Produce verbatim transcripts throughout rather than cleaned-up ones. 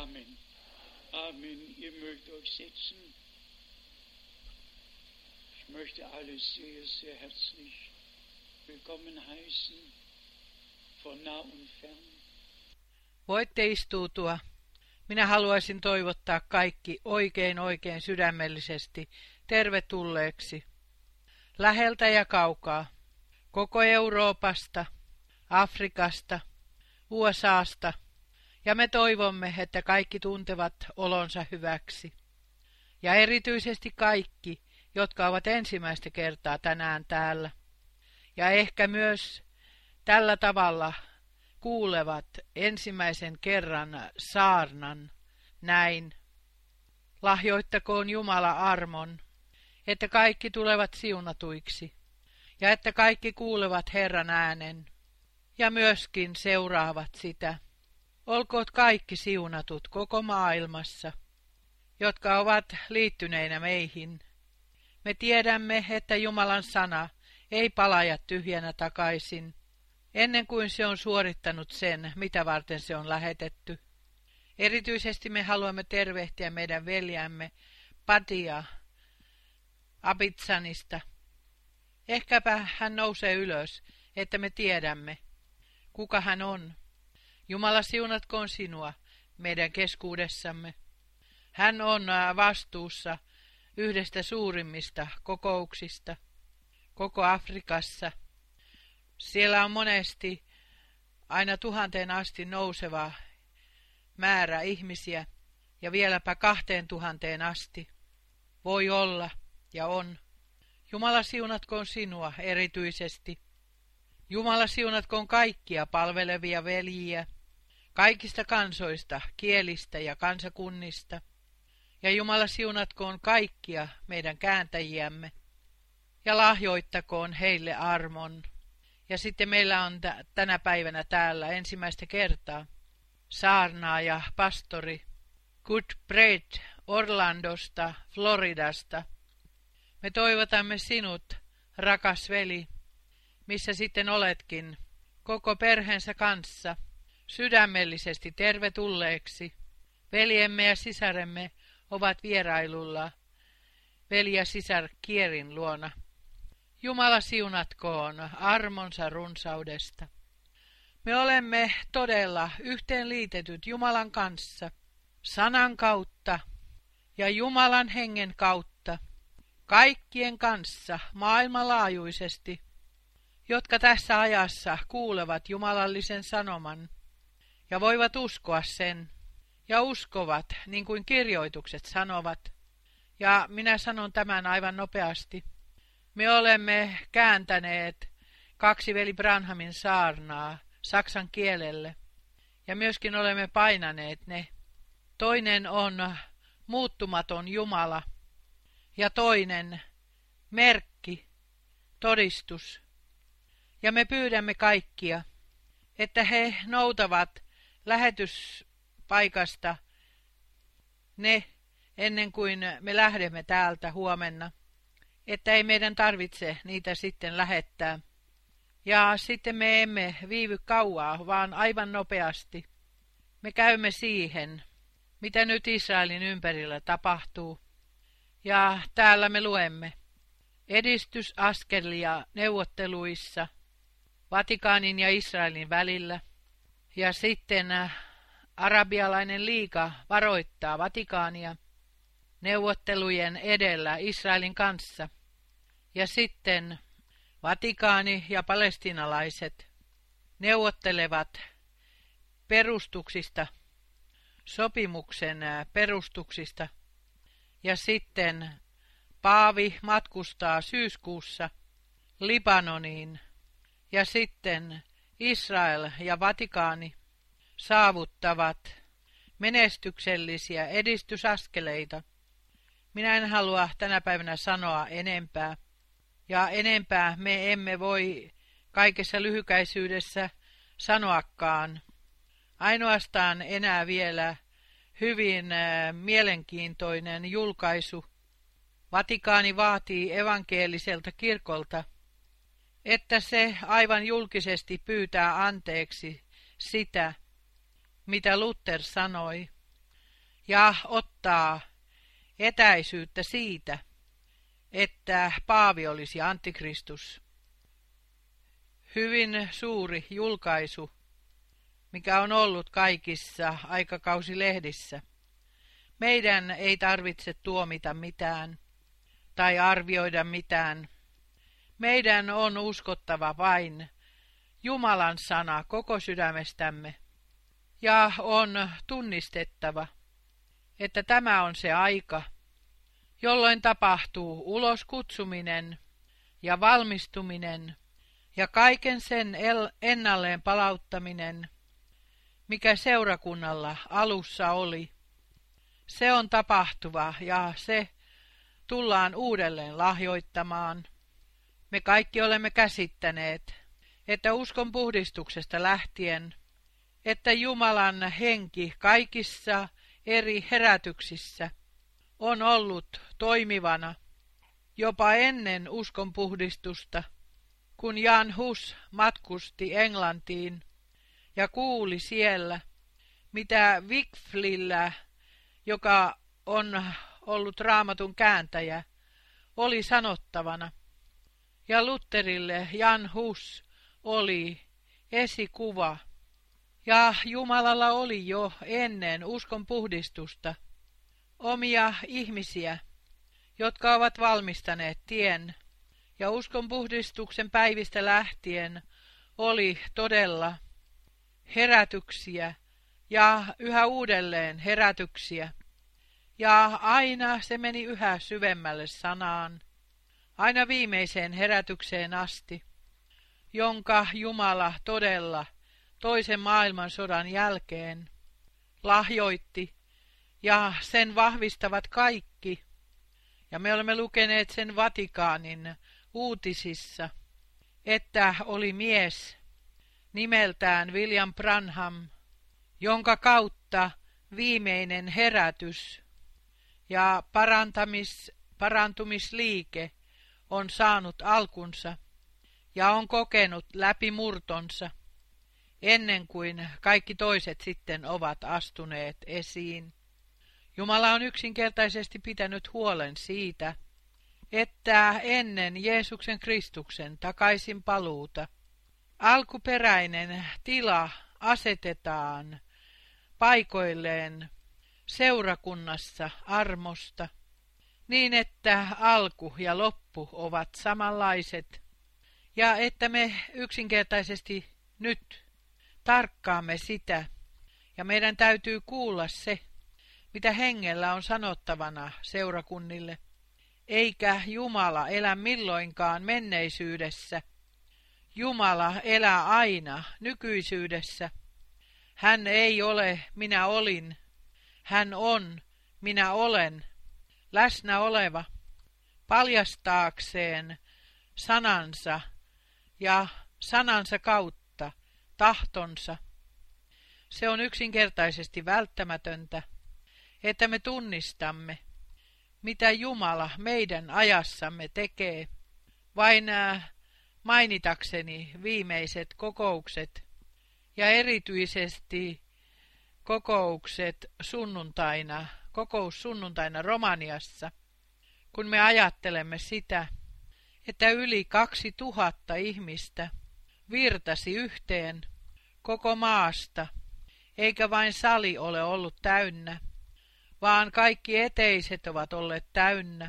Amen. Amen. Ihr mögt euch setzen. Ich möchte alle sehr, sehr herzlich willkommen heißen, von nah und fern. Voitte istuutua. Minä haluaisin toivottaa kaikki oikein oikein sydämellisesti tervetulleeksi. Läheltä ja kaukaa, koko Euroopasta, Afrikasta, U S A:sta, ja me toivomme, että kaikki tuntevat olonsa hyväksi. Ja erityisesti kaikki, jotka ovat ensimmäistä kertaa tänään täällä. Ja ehkä myös tällä tavalla kuulevat ensimmäisen kerran saarnan näin. Lahjoittakoon Jumala armon, että kaikki tulevat siunatuiksi ja että kaikki kuulevat Herran äänen ja myöskin seuraavat sitä. Olkoot kaikki siunatut koko maailmassa, jotka ovat liittyneinä meihin. Me tiedämme, että Jumalan sana ei palaja tyhjänä takaisin, ennen kuin se on suorittanut sen, mitä varten se on lähetetty. Erityisesti me haluamme tervehtiä meidän veljämme Patia Abidjanista. Ehkäpä hän nousee ylös, että me tiedämme, kuka hän on. Jumala siunatkoon sinua meidän keskuudessamme. Hän on vastuussa yhdestä suurimmista kokouksista koko Afrikassa. Siellä on monesti aina tuhanteen asti nouseva määrä ihmisiä ja vieläpä kahteen tuhanteen asti. Voi olla ja on. Jumala siunatkoon sinua erityisesti. Jumala siunatkoon kaikkia palvelevia veljiä, kaikista kansoista, kielistä ja kansakunnista. Ja Jumala siunatkoon kaikkia meidän kääntäjiämme ja lahjoittakoon heille armon. Ja sitten meillä on t- tänä päivänä täällä ensimmäistä kertaa saarnaaja, pastori Good Bread Orlandosta, Floridasta. Me toivotamme sinut, rakas veli, missä sitten oletkin, koko perheensä kanssa, sydämellisesti tervetulleeksi. Veljemme ja sisaremme ovat vierailulla veli ja sisar Kierin luona. Jumala siunatkoon armonsa runsaudesta. Me olemme todella yhteenliitetyt Jumalan kanssa, sanan kautta ja Jumalan hengen kautta, kaikkien kanssa maailmanlaajuisesti, jotka tässä ajassa kuulevat jumalallisen sanoman ja voivat uskoa sen ja uskovat, niin kuin kirjoitukset sanovat. Ja minä sanon tämän aivan nopeasti. Me olemme kääntäneet kaksi veli Branhamin saarnaa saksan kielelle ja myöskin olemme painaneet ne. Toinen on muuttumaton Jumala ja toinen merkki, todistus. Ja me pyydämme kaikkia, että he noutavat lähetyspaikasta ne ennen kuin me lähdemme täältä huomenna, että ei meidän tarvitse niitä sitten lähettää. Ja sitten me emme viivy kauaa, vaan aivan nopeasti. Me käymme siihen, mitä nyt Israelin ympärillä tapahtuu. Ja täällä me luemme edistysaskelia neuvotteluissa Vatikaanin ja Israelin välillä. Ja sitten arabialainen liiga varoittaa Vatikaania neuvottelujen edellä Israelin kanssa. Ja sitten Vatikaani ja palestiinalaiset neuvottelevat perustuksista, sopimuksen perustuksista. Ja sitten paavi matkustaa syyskuussa Libanoniin. Ja sitten Israel ja Vatikaani saavuttavat menestyksellisiä edistysaskeleita. Minä en halua tänä päivänä sanoa enempää. Ja enempää me emme voi kaikessa lyhykäisyydessä sanoakaan. Ainoastaan enää vielä hyvin mielenkiintoinen julkaisu. Vatikaani vaatii evankeeliselta kirkolta, että se aivan julkisesti pyytää anteeksi sitä, mitä Luther sanoi, ja ottaa etäisyyttä siitä, että Paavi olisi antikristus. Hyvin suuri julkaisu, mikä on ollut kaikissa aikakausilehdissä. Meidän ei tarvitse tuomita mitään tai arvioida mitään. Meidän on uskottava vain Jumalan sana koko sydämestämme ja on tunnistettava, että tämä on se aika, jolloin tapahtuu uloskutsuminen ja valmistuminen ja kaiken sen ennalleen palauttaminen, mikä seurakunnalla alussa oli. Se on tapahtuva ja se tullaan uudelleen lahjoittamaan. Me kaikki olemme käsittäneet, että uskon puhdistuksesta lähtien, että Jumalan henki kaikissa eri herätyksissä on ollut toimivana jopa ennen uskon puhdistusta, kun Jan Hus matkusti Englantiin ja kuuli siellä, mitä Wyclifillä, joka on ollut Raamatun kääntäjä, oli sanottavana. Ja Lutherille Jan Hus oli esikuva. Ja Jumalalla oli jo ennen uskon puhdistusta omia ihmisiä, jotka ovat valmistaneet tien. Ja uskon puhdistuksen päivistä lähtien oli todella herätyksiä ja yhä uudelleen herätyksiä. Ja aina se meni yhä syvemmälle sanaan, aina viimeiseen herätykseen asti, jonka Jumala todella toisen maailmansodan jälkeen lahjoitti, ja sen vahvistavat kaikki. Ja me olemme lukeneet sen Vatikaanin uutisissa, että oli mies nimeltään William Branham, jonka kautta viimeinen herätys ja parantamis, parantumisliike on saanut alkunsa ja on kokenut läpimurtonsa ennen kuin kaikki toiset sitten ovat astuneet esiin. Jumala on yksinkertaisesti pitänyt huolen siitä, että ennen Jeesuksen Kristuksen takaisin paluuta alkuperäinen tila asetetaan paikoilleen seurakunnassa armosta, niin että alku ja loppu ovat samanlaiset, ja että me yksinkertaisesti nyt tarkkaamme sitä, ja meidän täytyy kuulla se, mitä hengellä on sanottavana seurakunnille, eikä Jumala elä milloinkaan menneisyydessä. Jumala elää aina nykyisyydessä. Hän ei ole, minä olin. Hän on, minä olen, läsnä oleva, paljastaakseen sanansa ja sanansa kautta tahtonsa. Se on yksinkertaisesti välttämätöntä, että me tunnistamme, mitä Jumala meidän ajassamme tekee. Vain mainitakseni viimeiset kokoukset ja erityisesti kokoukset sunnuntaina, kokous sunnuntaina Romaniassa, kun me ajattelemme sitä, että yli kaksi tuhatta ihmistä virtasi yhteen koko maasta, eikä vain sali ole ollut täynnä, vaan kaikki eteiset ovat olleet täynnä.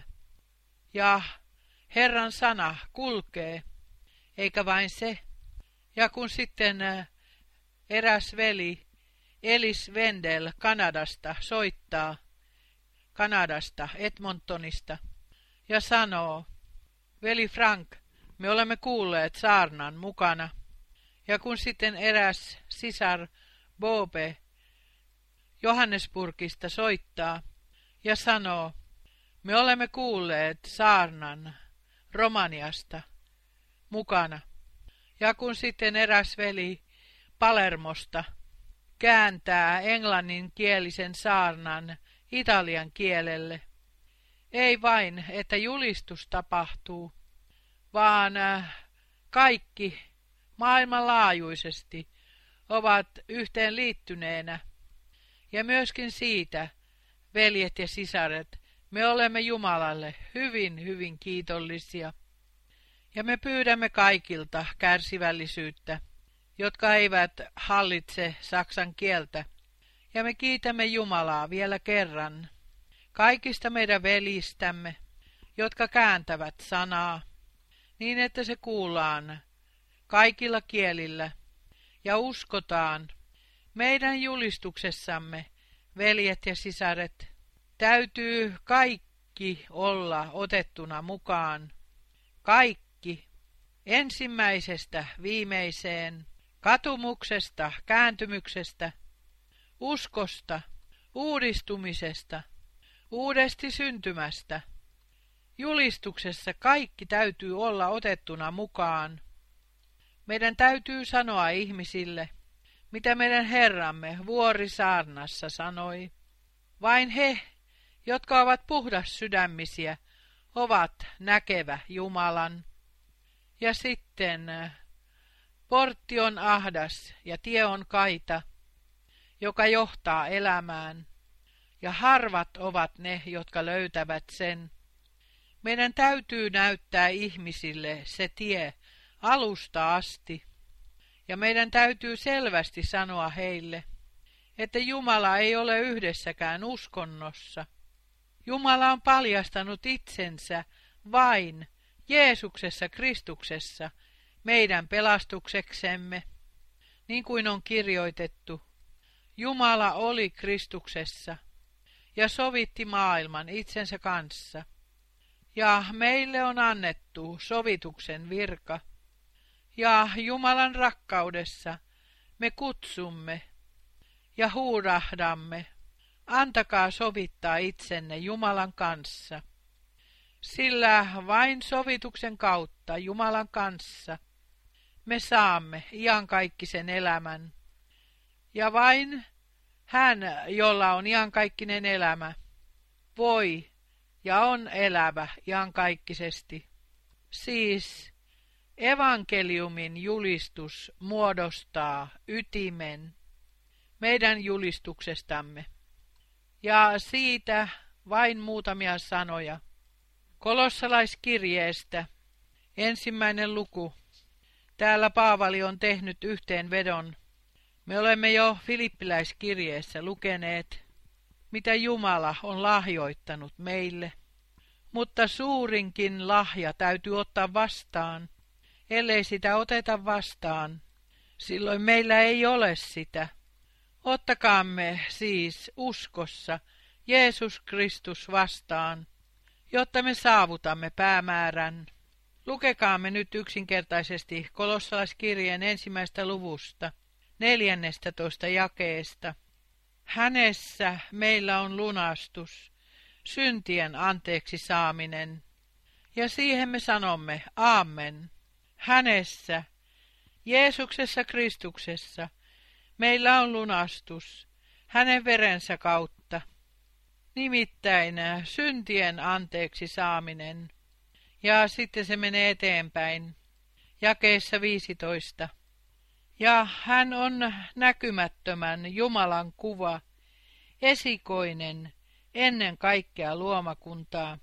Ja Herran sana kulkee, eikä vain se. Ja kun sitten eräs veli Elis Wendel Kanadasta soittaa, Kanadasta, Edmontonista, ja sanoo, veli Frank, me olemme kuulleet saarnan mukana. Ja kun sitten eräs sisar Bobe Johannesburgista soittaa ja sanoo, me olemme kuulleet saarnan Romaniasta mukana. Ja kun sitten eräs veli Palermosta kääntää englanninkielisen saarnan italian kielelle, ei vain, että julistus tapahtuu, vaan kaikki maailmanlaajuisesti ovat yhteen liittyneenä, ja myöskin siitä, veljet ja sisaret, me olemme Jumalalle hyvin, hyvin kiitollisia. Ja me pyydämme kaikilta kärsivällisyyttä, jotka eivät hallitse saksan kieltä. Ja me kiitämme Jumalaa vielä kerran kaikista meidän velistämme, jotka kääntävät sanaa, niin että se kuullaan kaikilla kielillä ja uskotaan. Meidän julistuksessamme, veljet ja sisaret, täytyy kaikki olla otettuna mukaan. Kaikki, ensimmäisestä viimeiseen, katumuksesta, kääntymyksestä, uskosta, uudistumisesta, uudesti syntymästä. Julistuksessa kaikki täytyy olla otettuna mukaan. Meidän täytyy sanoa ihmisille, mitä meidän Herramme Vuorisaarnassa sanoi. Vain he, jotka ovat puhdas sydämisiä, ovat näkevä Jumalan. Ja sitten portti on ahdas ja tie on kaita, joka johtaa elämään, ja harvat ovat ne, jotka löytävät sen. Meidän täytyy näyttää ihmisille se tie alusta asti, ja meidän täytyy selvästi sanoa heille, että Jumala ei ole yhdessäkään uskonnossa. Jumala on paljastanut itsensä vain Jeesuksessa Kristuksessa meidän pelastukseksemme, niin kuin on kirjoitettu. Jumala oli Kristuksessa ja sovitti maailman itsensä kanssa. Ja meille on annettu sovituksen virka. Ja Jumalan rakkaudessa me kutsumme ja huudahdamme, antakaa sovittaa itsenne Jumalan kanssa. Sillä vain sovituksen kautta Jumalan kanssa me saamme iankaikkisen elämän. Ja vain hän, jolla on iankaikkinen elämä, voi ja on elävä iankaikkisesti. Siis evankeliumin julistus muodostaa ytimen meidän julistuksestamme. Ja siitä vain muutamia sanoja. Kolossalaiskirjeestä, ensimmäinen luku. Täällä Paavali on tehnyt yhteenvedon. Me olemme jo Filippiläiskirjeessä lukeneet, mitä Jumala on lahjoittanut meille. Mutta suurinkin lahja täytyy ottaa vastaan. Ellei sitä oteta vastaan, silloin meillä ei ole sitä. Ottakaamme siis uskossa Jeesus Kristus vastaan, jotta me saavutamme päämäärän. Lukekaamme nyt yksinkertaisesti Kolossalaiskirjeen ensimmäistä luvusta, neljännestä toista jakeesta. Hänessä meillä on lunastus, syntien anteeksi saaminen. Ja siihen me sanomme, aamen. Hänessä, Jeesuksessa Kristuksessa, meillä on lunastus, hänen verensä kautta. Nimittäin syntien anteeksi saaminen. Ja sitten se menee eteenpäin, jakeessa viisitoista. Ja hän on näkymättömän Jumalan kuva, esikoinen ennen kaikkea luomakuntaa.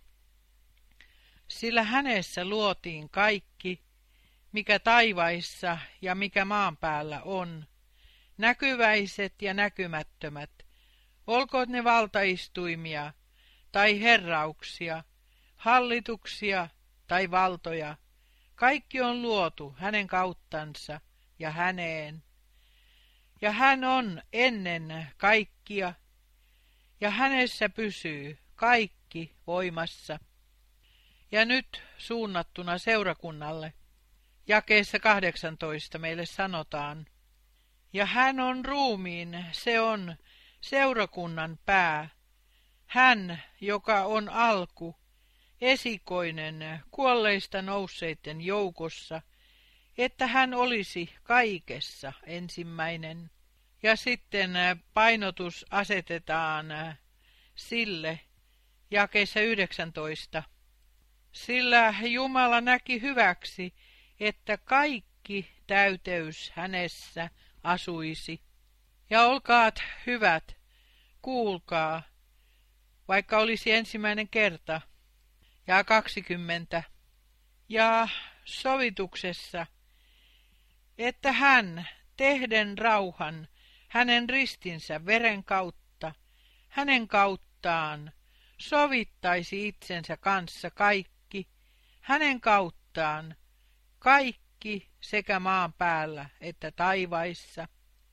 Sillä hänessä luotiin kaikki, mikä taivaissa ja mikä maan päällä on, näkyväiset ja näkymättömät, olkoot ne valtaistuimia tai herrauksia, hallituksia tai valtoja, kaikki on luotu hänen kauttansa ja häneen. Ja hän on ennen kaikkia, ja hänessä pysyy kaikki voimassa. Ja nyt suunnattuna seurakunnalle, jakeessa kahdeksantoista meille sanotaan, ja hän on ruumiin, se on seurakunnan pää, hän, joka on alku, esikoinen kuolleista nousseiden joukossa, että hän olisi kaikessa ensimmäinen. Ja sitten painotus asetetaan sille, jakeessa yhdeksäntoista. Sillä Jumala näki hyväksi, että kaikki täyteys hänessä asuisi. Ja olkaat hyvät, kuulkaa, vaikka olisi ensimmäinen kerta. Ja kaksikymmentä. Ja sovituksessa, että hän, tehden rauhan, hänen ristinsä veren kautta, hänen kauttaan, sovittaisi itsensä kanssa kaikki, hänen kauttaan, kaikki sekä maan päällä että taivaissa.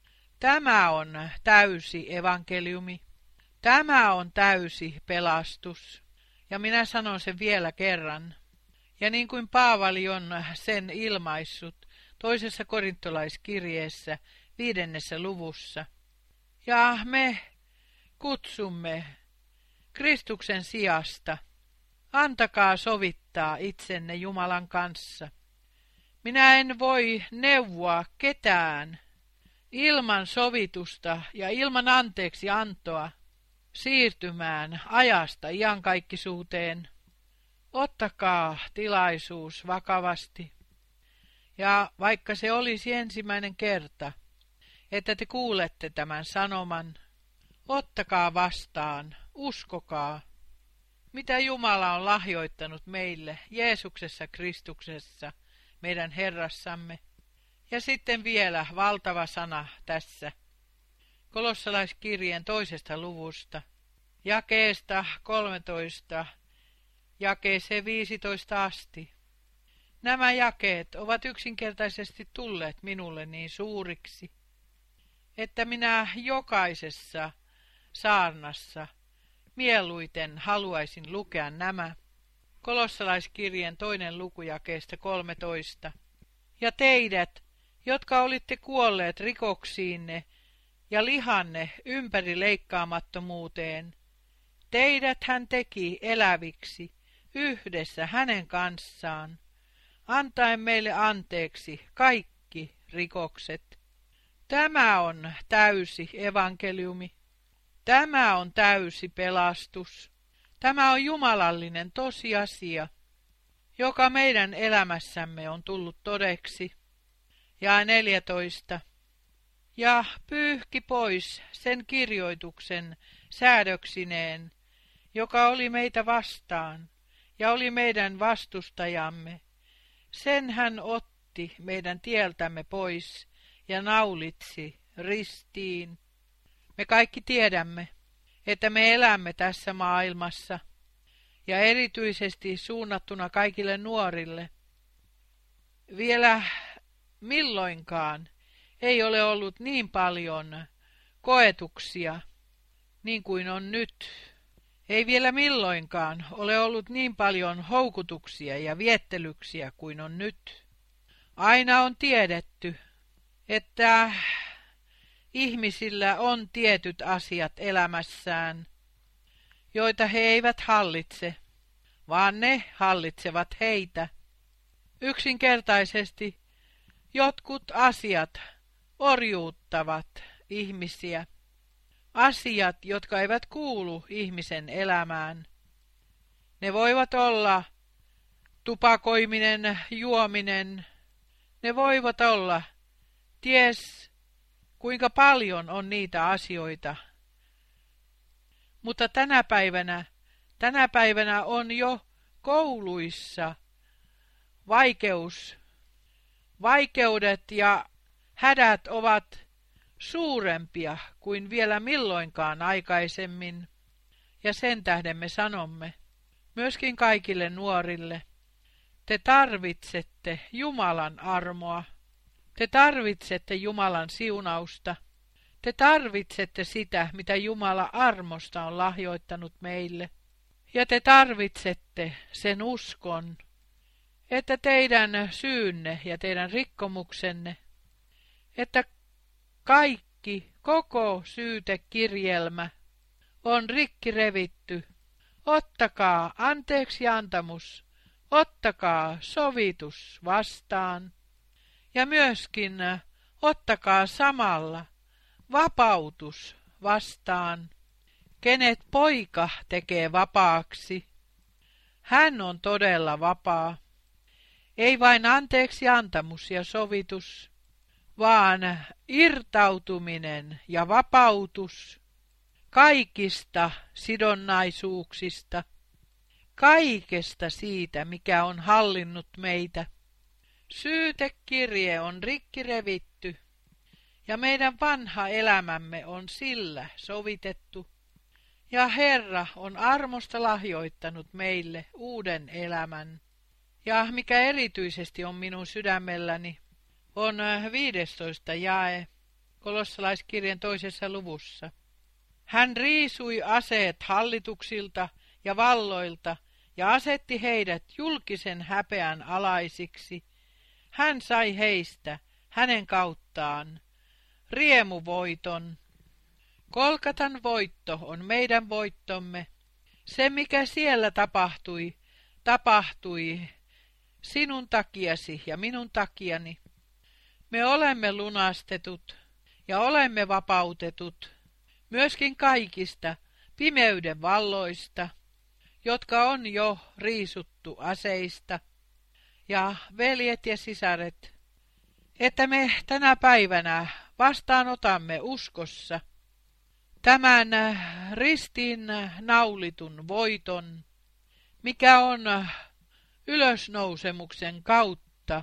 Tämä on täysi evankeliumi. Tämä on täysi pelastus. Ja minä sanon sen vielä kerran. Ja niin kuin Paavali on sen ilmaissut toisessa korintolaiskirjeessä viidennessä luvussa. Ja me kutsumme Kristuksen sijasta. Antakaa sovittaa itsenne Jumalan kanssa. Minä en voi neuvoa ketään ilman sovitusta ja ilman anteeksi antoa siirtymään ajasta iankaikkisuuteen. Ottakaa tilaisuus vakavasti. Ja vaikka se olisi ensimmäinen kerta, että te kuulette tämän sanoman, ottakaa vastaan, uskokaa, mitä Jumala on lahjoittanut meille Jeesuksessa Kristuksessa, meidän Herrassamme. Ja sitten vielä valtava sana tässä Kolossalaiskirjeen toisesta luvusta, jakeesta kolmetoista, jakeeseen viisitoista asti. Nämä jakeet ovat yksinkertaisesti tulleet minulle niin suuriksi, että minä jokaisessa saarnassa mieluiten haluaisin lukea nämä. Kolossalaiskirjeen toinen luku jakeesta kolmetoista. Ja teidät, jotka olitte kuolleet rikoksiinne ja lihanne ympäri leikkaamattomuuteen, teidät hän teki eläviksi yhdessä hänen kanssaan, antaen meille anteeksi kaikki rikokset. Tämä on täysi evankeliumi. Tämä on täysi pelastus. Tämä on jumalallinen tosiasia, joka meidän elämässämme on tullut todeksi. Ja neljätoista. Ja pyyhki pois sen kirjoituksen säädöksineen, joka oli meitä vastaan ja oli meidän vastustajamme. Sen hän otti meidän tieltämme pois ja naulitsi ristiin. Me kaikki tiedämme, että me elämme tässä maailmassa ja erityisesti suunnattuna kaikille nuorille. Vielä milloinkaan ei ole ollut niin paljon koetuksia niin kuin on nyt. Ei vielä milloinkaan ole ollut niin paljon houkutuksia ja viettelyksiä kuin on nyt. Aina on tiedetty, että ihmisillä on tietyt asiat elämässään, joita he eivät hallitse, vaan ne hallitsevat heitä. Yksinkertaisesti jotkut asiat orjuuttavat ihmisiä. Asiat, jotka eivät kuulu ihmisen elämään. Ne voivat olla tupakoiminen, juominen. Ne voivat olla, ties kuinka paljon on niitä asioita. Mutta tänä päivänä, tänä päivänä on jo kouluissa vaikeus. Vaikeudet ja hädät ovat suurempia kuin vielä milloinkaan aikaisemmin, ja sen tähden me sanomme, myöskin kaikille nuorille, te tarvitsette Jumalan armoa, te tarvitsette Jumalan siunausta, te tarvitsette sitä, mitä Jumala armosta on lahjoittanut meille, ja te tarvitsette sen uskon, että teidän syynne ja teidän rikkomuksenne, että kaikki, koko syytekirjelmä on rikki revitty. Ottakaa anteeksi antamus, ottakaa sovitus vastaan ja myöskin ottakaa samalla vapautus vastaan. Kenet poika tekee vapaaksi, hän on todella vapaa. Ei vain anteeksi antamus ja sovitus, vaan irtautuminen ja vapautus kaikista sidonnaisuuksista, kaikesta siitä, mikä on hallinnut meitä. Syytekirje on rikki revitty, ja meidän vanha elämämme on sillä sovitettu, ja Herra on armosta lahjoittanut meille uuden elämän. Ja mikä erityisesti on minun sydämelläni, on viidestoista jae Kolossalaiskirjan toisessa luvussa. Hän riisui aseet hallituksilta ja valloilta ja asetti heidät julkisen häpeän alaisiksi. Hän sai heistä, hänen kauttaan, riemuvoiton. Golgatan voitto on meidän voittomme. Se, mikä siellä tapahtui, tapahtui sinun takiasi ja minun takiani. Me olemme lunastetut ja olemme vapautetut myöskin kaikista pimeyden valloista, jotka on jo riisuttu aseista. Ja veljet ja sisaret, että me tänä päivänä vastaanotamme uskossa tämän ristiin naulitun voiton, mikä on ylösnousemuksen kautta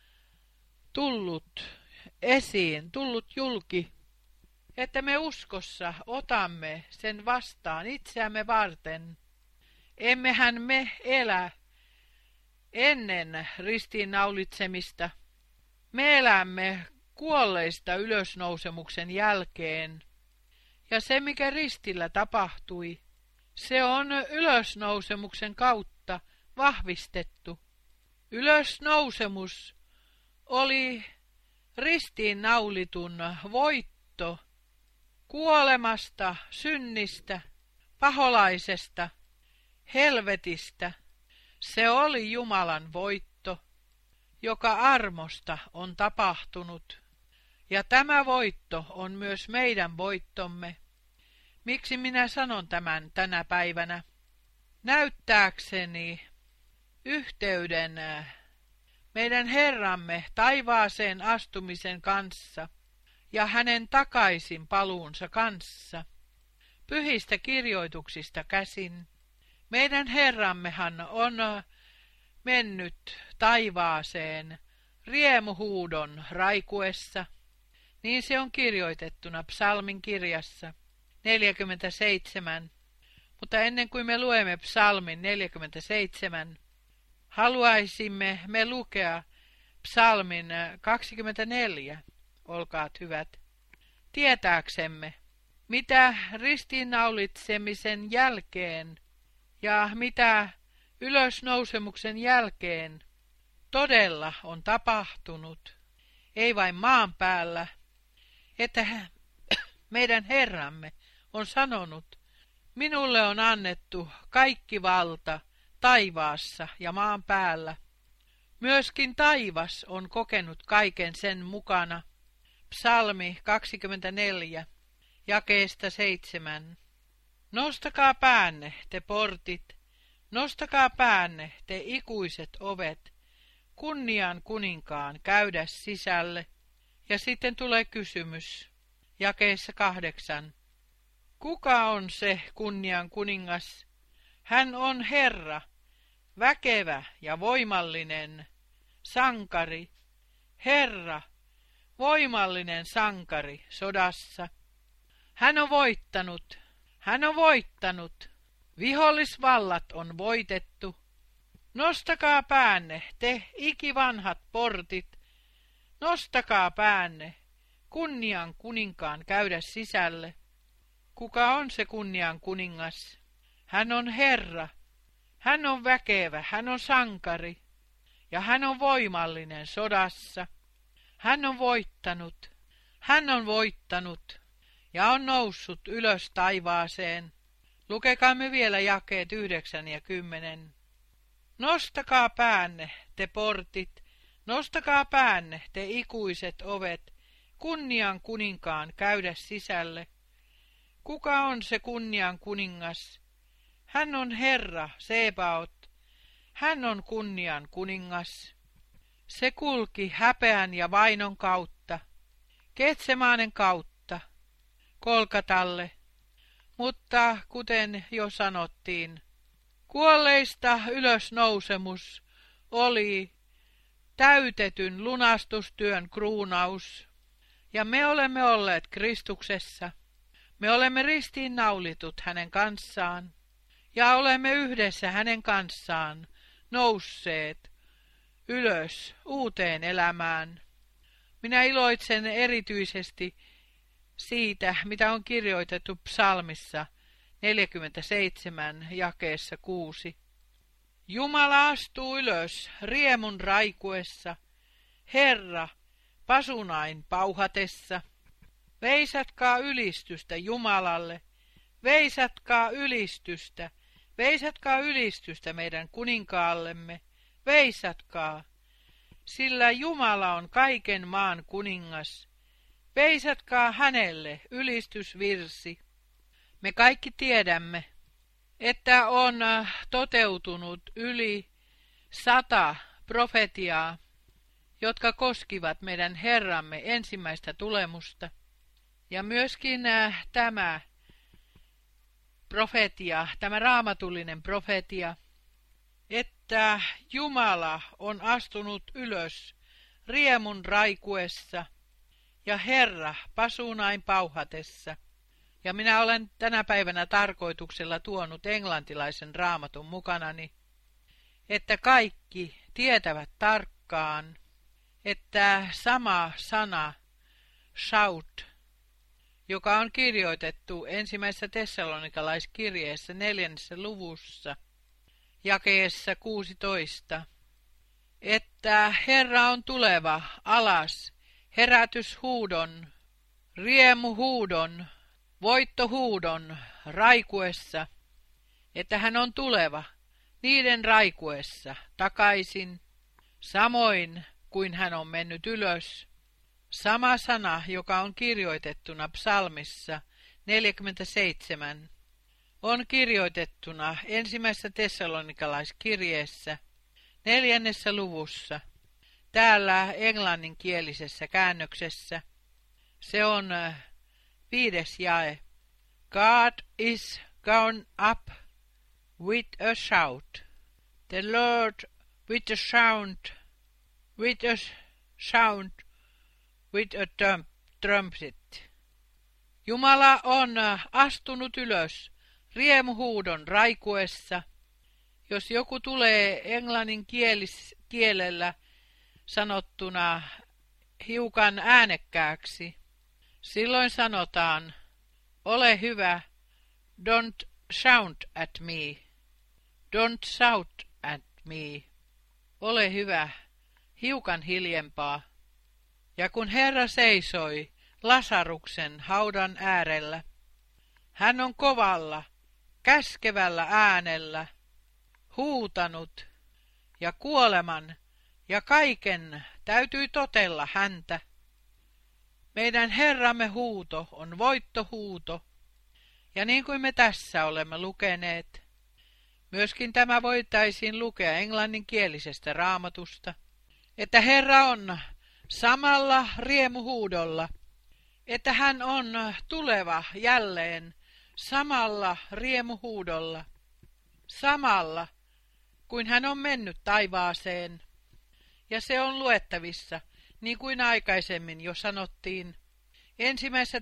tullut esiin, tullut julki, että me uskossa otamme sen vastaan itseämme varten. Emmehän me elä ennen ristiinnaulitsemista. Me elämme kuolleista ylösnousemuksen jälkeen. Ja se, mikä ristillä tapahtui, se on ylösnousemuksen kautta vahvistettu. Ylösnousemus oli ristiinnaulitun voitto kuolemasta, synnistä, paholaisesta, helvetistä. Se oli Jumalan voitto, joka armosta on tapahtunut. Ja tämä voitto on myös meidän voittomme. Miksi minä sanon tämän tänä päivänä? Näyttääkseni yhteyden meidän Herramme taivaaseen astumisen kanssa ja hänen takaisin paluunsa kanssa. Pyhistä kirjoituksista käsin. Meidän Herrammehan on mennyt taivaaseen riemuhuudon raikuessa. Niin se on kirjoitettuna psalmin kirjassa neljäkymmentäseitsemän. Mutta ennen kuin me luemme psalmin neljäkymmentäseitsemän, haluaisimme me lukea psalmin kaksikymmentäneljä. Olkaat hyvät. Tietääksemme, mitä ristiinnaulitsemisen jälkeen ja mitä ylösnousemuksen jälkeen todella on tapahtunut, ei vain maan päällä, että meidän Herramme on sanonut, minulle on annettu kaikki valta taivaassa ja maan päällä. Myöskin taivas on kokenut kaiken sen mukana. Psalmi kaksikymmentäneljä, jakeesta seitsemän. Nostakaa päänne, te portit, nostakaa päänne, te ikuiset ovet, kunnian kuninkaan käydä sisälle. Ja sitten tulee kysymys, jakeessa kahdeksan. Kuka on se kunnian kuningas? Hän on Herra, väkevä ja voimallinen sankari, Herra, voimallinen sankari sodassa. Hän on voittanut, hän on voittanut, vihollisvallat on voitettu. Nostakaa päänne, te ikivanhat portit, nostakaa päänne, kunnian kuninkaan käydä sisälle. Kuka on se kunnian kuningas? Hän on Herra, hän on väkevä, hän on sankari, ja hän on voimallinen sodassa. Hän on voittanut, hän on voittanut, ja on noussut ylös taivaaseen. Lukekaamme vielä jakeet yhdeksän ja kymmenen. Nostakaa päänne, te portit, nostakaa päänne, te ikuiset ovet, kunnian kuninkaan käydä sisälle. Kuka on se kunnian kuningas? Hän on Herra, Sebaot, hän on kunnian kuningas. Se kulki häpeän ja vainon kautta, Getsemaanen kautta, Golgatalle, Mutta kuten jo sanottiin, kuolleista ylösnousemus oli täytetyn lunastustyön kruunaus, ja me olemme olleet Kristuksessa. Me olemme ristiinnaulitut hänen kanssaan, ja olemme yhdessä hänen kanssaan nousseet ylös uuteen elämään. Minä iloitsen erityisesti siitä, mitä on kirjoitettu psalmissa neljäkymmentäseitsemän jakeessa kuusi. Jumala astuu ylös riemun raikuessa, Herra pasunain pauhatessa. Veisatkaa ylistystä Jumalalle, veisatkaa ylistystä, veisatkaa ylistystä meidän kuninkaallemme, veisatkaa, sillä Jumala on kaiken maan kuningas. Veisatkaa hänelle ylistysvirsi. Me kaikki tiedämme, että on toteutunut yli sata profetiaa, jotka koskivat meidän Herramme ensimmäistä tulemusta. Ja myöskin äh, tämä profetia, tämä raamatullinen profetia, että Jumala on astunut ylös riemun raikuessa ja Herra pasunain pauhatessa. Ja minä olen tänä päivänä tarkoituksella tuonut englantilaisen raamatun mukanani, että kaikki tietävät tarkkaan, että sama sana, shout, joka on kirjoitettu ensimmäisessä tessalonikalaiskirjeessä neljännessä luvussa, jakeessa kuusitoista, että Herra on tuleva alas herätyshuudon, riemuhuudon, voittohuudon raikuessa, että hän on tuleva niiden raikuessa takaisin, samoin kuin hän on mennyt ylös. Sama sana, joka on kirjoitettuna psalmissa neljäkymmentäseitsemän, on kirjoitettuna ensimmäisessä tessalonikalaiskirjeessä neljännessä luvussa, täällä englanninkielisessä käännöksessä. Se on viides jae. God is gone up with a shout. The Lord with a sound, with a sound, with a trumpet. Jumala on astunut ylös riemuhuudon raikuessa. Jos joku tulee englannin kielellä sanottuna hiukan äänekkääksi, silloin sanotaan, ole hyvä, don't shout at me, don't shout at me, ole hyvä, hiukan hiljempaa. Ja kun Herra seisoi Lasaruksen haudan äärellä, hän on kovalla, käskevällä äänellä huutanut, ja kuoleman ja kaiken täytyi totella häntä. Meidän Herramme huuto on voittohuuto, ja niin kuin me tässä olemme lukeneet, myöskin tämä voitaisiin lukea englanninkielisestä raamatusta, että Herra on samalla riemuhuudolla, että hän on tuleva jälleen samalla riemuhuudolla, samalla kuin hän on mennyt taivaaseen. Ja se on luettavissa, niin kuin aikaisemmin jo sanottiin, ensimmäisessä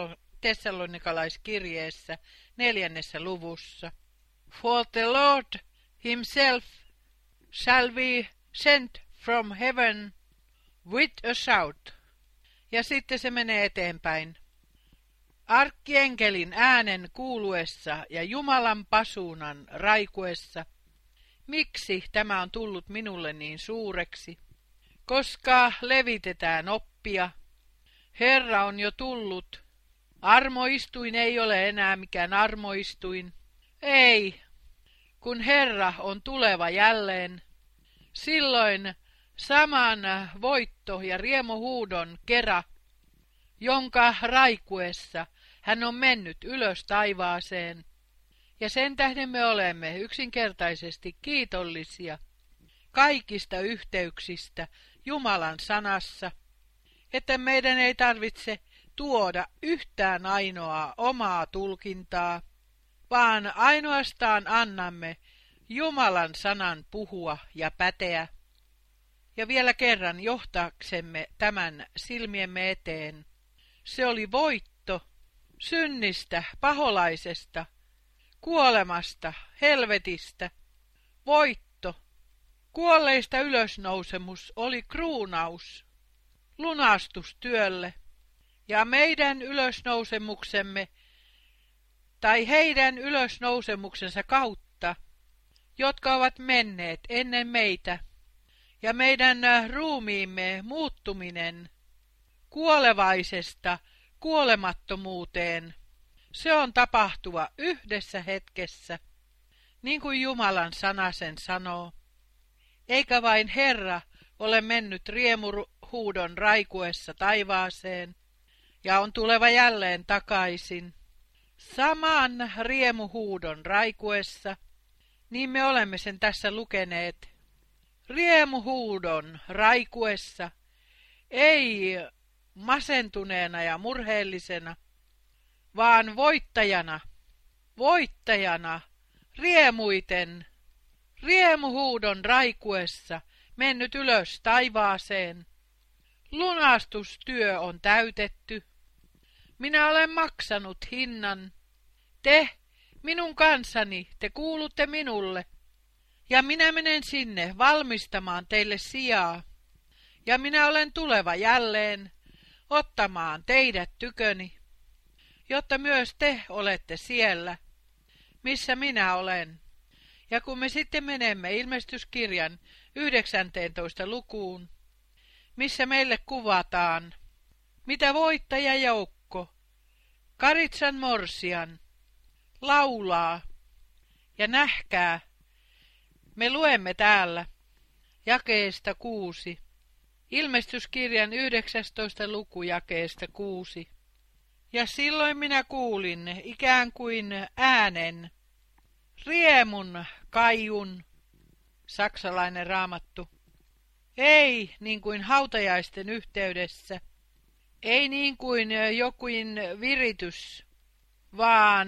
tessalonikalaiskirjeessä neljännessä luvussa. For the Lord himself shall be sent from heaven with a shout. Ja sitten se menee eteenpäin. Arkkienkelin äänen kuuluessa ja Jumalan pasuunan raikuessa. Miksi tämä on tullut minulle niin suureksi? Koska levitetään oppia. Herra on jo tullut. Armoistuin ei ole enää mikään armoistuin. Ei, kun Herra on tuleva jälleen, silloin saman voitto- ja riemuhuudon kera, jonka raikuessa hän on mennyt ylös taivaaseen. Ja sen tähden me olemme yksinkertaisesti kiitollisia kaikista yhteyksistä Jumalan sanassa, että meidän ei tarvitse tuoda yhtään ainoaa omaa tulkintaa, vaan ainoastaan annamme Jumalan sanan puhua ja päteä. Ja vielä kerran johtaaksemme tämän silmiemme eteen. Se oli voitto synnistä, paholaisesta, kuolemasta, helvetistä. Voitto, kuolleista ylösnousemus oli kruunaus, lunastustyölle. Ja meidän ylösnousemuksemme tai heidän ylösnousemuksensa kautta, jotka ovat menneet ennen meitä, ja meidän ruumiimme muuttuminen kuolevaisesta kuolemattomuuteen, se on tapahtuva yhdessä hetkessä, niin kuin Jumalan sana sen sanoo. Eikä vain Herra ole mennyt riemuhuudon raikuessa taivaaseen, ja on tuleva jälleen takaisin. Saman riemuhuudon raikuessa, niin me olemme sen tässä lukeneet. Riemuhuudon raikuessa, ei masentuneena ja murheellisena, vaan voittajana, voittajana, riemuiten, riemuhuudon raikuessa, mennyt ylös taivaaseen. Lunastustyö on täytetty. Minä olen maksanut hinnan. Te, minun kansani, te kuulutte minulle. Ja minä menen sinne valmistamaan teille sijaa. Ja minä olen tuleva jälleen ottamaan teidät tyköni, jotta myös te olette siellä, missä minä olen. Ja kun me sitten menemme ilmestyskirjan yhdeksänteentoista lukuun, missä meille kuvataan, mitä voittajajoukko, Karitsan morsian, laulaa. Ja nähkää, me luemme täällä jakeesta kuusi. Ilmestyskirjan yhdeksästoista luku jakeesta kuusi. Ja silloin minä kuulin ikään kuin äänen, riemun, kaiun, saksalainen raamattu. Ei niin kuin hautajaisten yhteydessä, ei niin kuin jokin viritys, vaan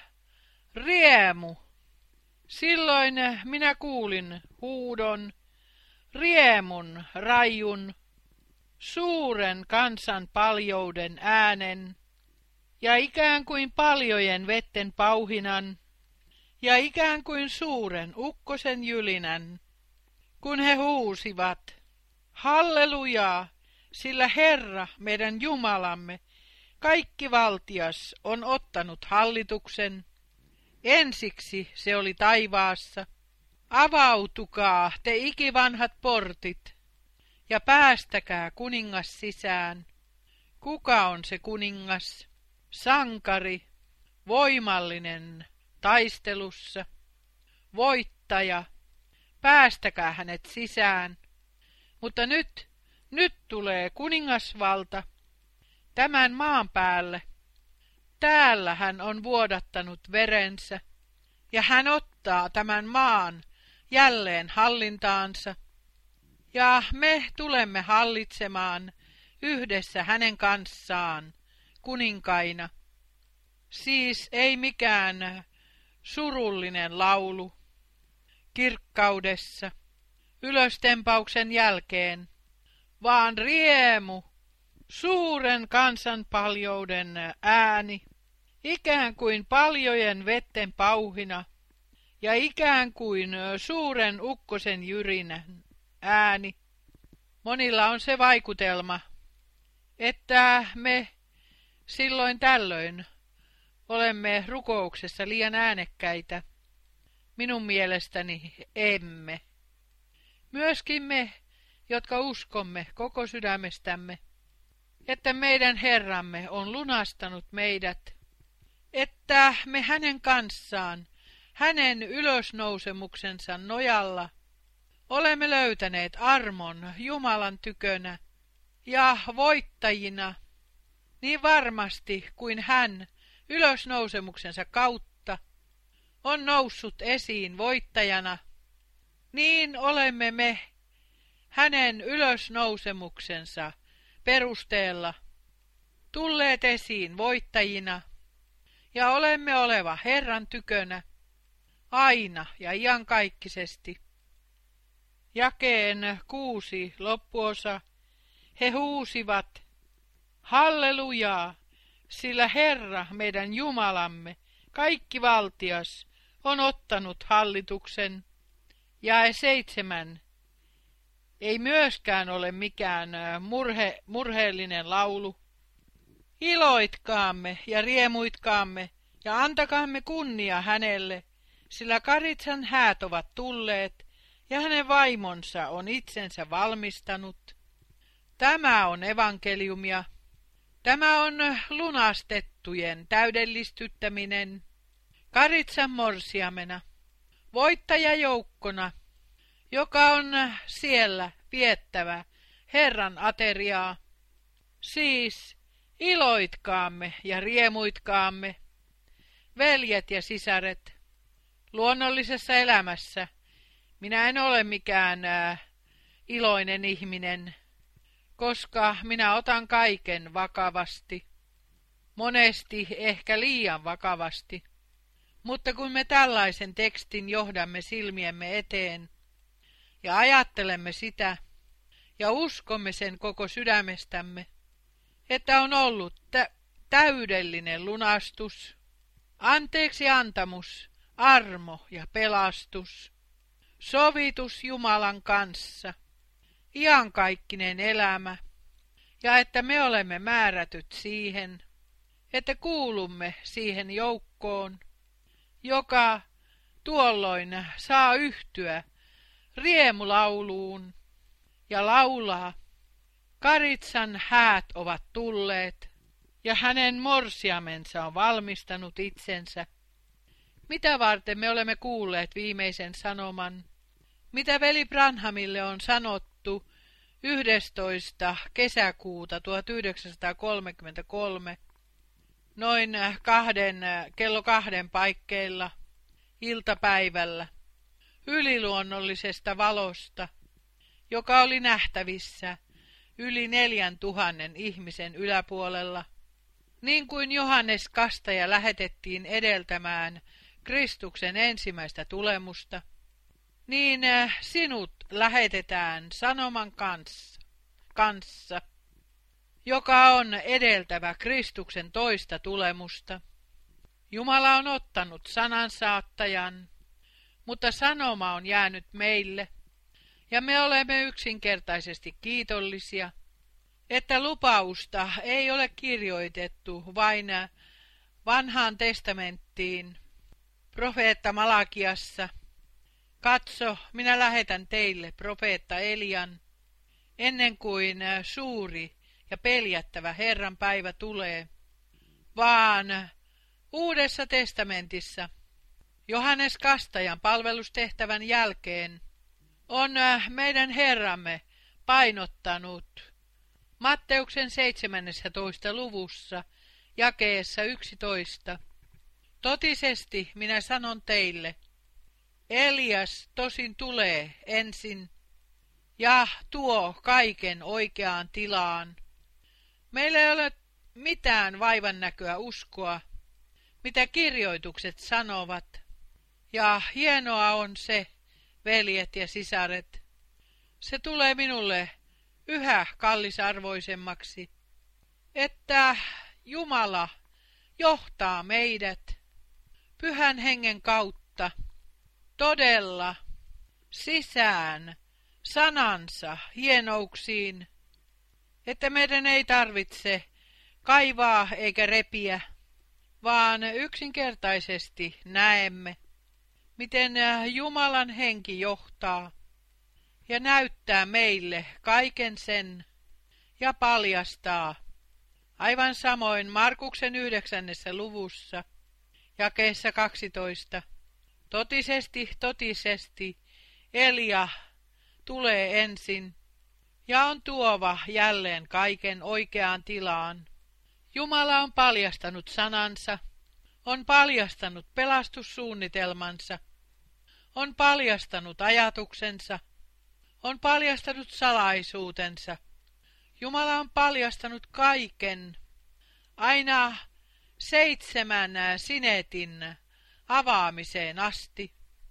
riemu. Silloin minä kuulin huudon, riemun, raiun, suuren kansan paljouden äänen, ja ikään kuin paljojen vetten pauhinan, ja ikään kuin suuren ukkosen jylinän, kun he huusivat, hallelujaa, sillä Herra, meidän Jumalamme, kaikki valtias, on ottanut hallituksen. Ensiksi se oli taivaassa. Avautukaa, te ikivanhat portit, ja päästäkää kuningas sisään. Kuka on se kuningas? Sankari, voimallinen, taistelussa, voittaja. Päästäkää hänet sisään. Mutta nyt, nyt tulee kuningasvalta tämän maan päälle. Täällä hän on vuodattanut verensä, ja hän ottaa tämän maan jälleen hallintaansa, ja me tulemme hallitsemaan yhdessä hänen kanssaan kuninkaina. Siis ei mikään surullinen laulu kirkkaudessa ylöstempauksen jälkeen, vaan riemu, suuren kansanpaljouden ääni, ikään kuin paljojen vetten pauhina ja ikään kuin suuren ukkosen jyrinän ääni. Monilla on se vaikutelma, että me silloin tällöin olemme rukouksessa liian äänekkäitä. Minun mielestäni emme. Myöskin me, jotka uskomme koko sydämestämme, että meidän Herramme on lunastanut meidät, että me hänen kanssaan, hänen ylösnousemuksensa nojalla, olemme löytäneet armon Jumalan tykönä ja voittajina, niin varmasti kuin hän ylösnousemuksensa kautta on noussut esiin voittajana, niin olemme me hänen ylösnousemuksensa perusteella tulleet esiin voittajina, ja olemme oleva Herran tykönä, aina ja iankaikkisesti. Jakeen kuusi loppuosa. He huusivat, hallelujaa, sillä Herra meidän Jumalamme, kaikki valtias, on ottanut hallituksen. Jae seitsemän. Ei myöskään ole mikään murhe, murheellinen laulu. Iloitkaamme ja riemuitkaamme ja antakaamme kunnia hänelle, sillä Karitsan häät ovat tulleet ja hänen vaimonsa on itsensä valmistanut. Tämä on evankeliumia. Tämä on lunastettujen täydellistyttäminen. Karitsan morsiamena, voittajajoukkona, joka on siellä viettävä Herran ateriaa. Siis iloitkaamme ja riemuitkaamme, veljet ja sisaret, luonnollisessa elämässä. Minä en ole mikään ää, iloinen ihminen, koska minä otan kaiken vakavasti, monesti ehkä liian vakavasti. Mutta kun me tällaisen tekstin johdamme silmiemme eteen ja ajattelemme sitä ja uskomme sen koko sydämestämme, että on ollut tä- täydellinen lunastus, anteeksi antamus, armo ja pelastus, sovitus Jumalan kanssa, iankaikkinen elämä, ja että me olemme määrätyt siihen, että kuulumme siihen joukkoon, joka tuolloin saa yhtyä riemulauluun ja laulaa, Karitsan häät ovat tulleet, ja hänen morsiamensa on valmistanut itsensä. Mitä varten me olemme kuulleet viimeisen sanoman, mitä veli Branhamille on sanottu yhdestoista kesäkuuta tuhatyhdeksänsataakolmekymmentäkolme, noin kahden, kello kahden paikkeilla iltapäivällä, yliluonnollisesta valosta, joka oli nähtävissä yli neljän tuhannen ihmisen yläpuolella, niin kuin Johannes Kastaja lähetettiin edeltämään Kristuksen ensimmäistä tulemusta, niin sinut lähetetään sanoman kanssa, kanssa, joka on edeltävä Kristuksen toista tulemusta. Jumala on ottanut sanansaattajan, mutta sanoma on jäänyt meille, ja me olemme yksinkertaisesti kiitollisia, että lupausta ei ole kirjoitettu vain vanhaan testamenttiin, profeetta Malakiassa. Katso, minä lähetän teille profeetta Elian, ennen kuin suuri ja peljättävä Herran päivä tulee, vaan Uudessa testamentissa Johannes Kastajan palvelustehtävän jälkeen on meidän Herramme painottanut Matteuksen seitsemännessä luvussa jakeessa yksitoista. Totisesti minä sanon teille, Elias tosin tulee ensin ja tuo kaiken oikeaan tilaan. Meillä ei ole mitään vaivannäköä uskoa, mitä kirjoitukset sanovat, ja hienoa on se, veljet ja sisaret, se tulee minulle yhä kallisarvoisemmaksi, että Jumala johtaa meidät Pyhän Hengen kautta todella sisään sanansa hienouksiin, että meidän ei tarvitse kaivaa eikä repiä, vaan yksinkertaisesti näemme, miten Jumalan henki johtaa ja näyttää meille kaiken sen ja paljastaa. Aivan samoin Markuksen yhdeksännessä luvussa, jakeessa kaksitoista. Totisesti, totisesti, Elia tulee ensin ja on tuova jälleen kaiken oikeaan tilaan. Jumala on paljastanut sanansa, on paljastanut pelastussuunnitelmansa, on paljastanut ajatuksensa, on paljastanut salaisuutensa. Jumala on paljastanut kaiken aina seitsemän sinetin avaamiseen asti.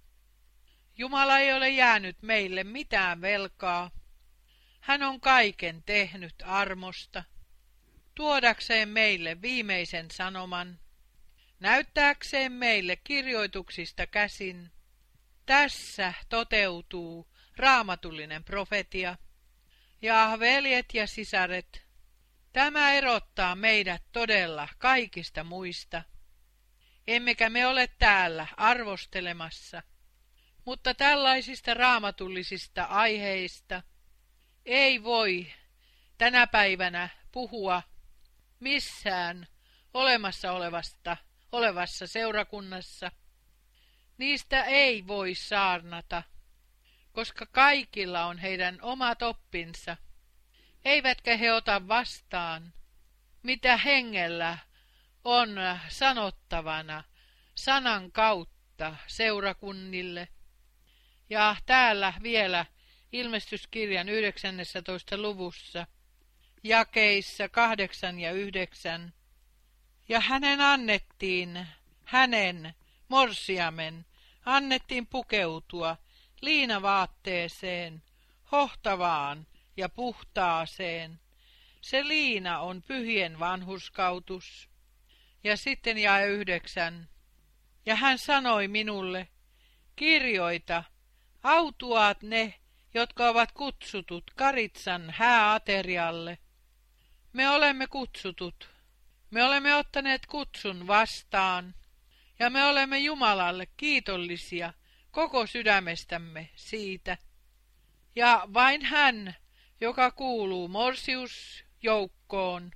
Jumala ei ole jäänyt meille mitään velkaa. Hän on kaiken tehnyt armosta, tuodakseen meille viimeisen sanoman, näyttääkseen meille kirjoituksista käsin. Tässä toteutuu raamatullinen profetia. Ja veljet ja sisaret, tämä erottaa meidät todella kaikista muista. Emmekä me ole täällä arvostelemassa, mutta tällaisista raamatullisista aiheista ei voi tänä päivänä puhua missään olemassa olevasta, olevassa seurakunnassa. Niistä ei voi saarnata, koska kaikilla on heidän omat oppinsa, eivätkä he ota vastaan, mitä hengellä on sanottavana sanan kautta seurakunnille. Ja täällä vielä ilmestyskirjan yhdeksännentoista luvussa, jakeissa kahdeksan ja yhdeksän. Ja hänen annettiin, hänen, morsiamen, annettiin pukeutua liinavaatteeseen, hohtavaan ja puhtaaseen. Se liina on pyhien vanhurskautus. Ja sitten jae yhdeksän. Ja hän sanoi minulle, kirjoita, autuaat ne, jotka ovat kutsutut Karitsan hääaterialle. Me olemme kutsutut. Me olemme ottaneet kutsun vastaan. Ja me olemme Jumalalle kiitollisia koko sydämestämme siitä. Ja vain hän, joka kuuluu Morsiusjoukkoon,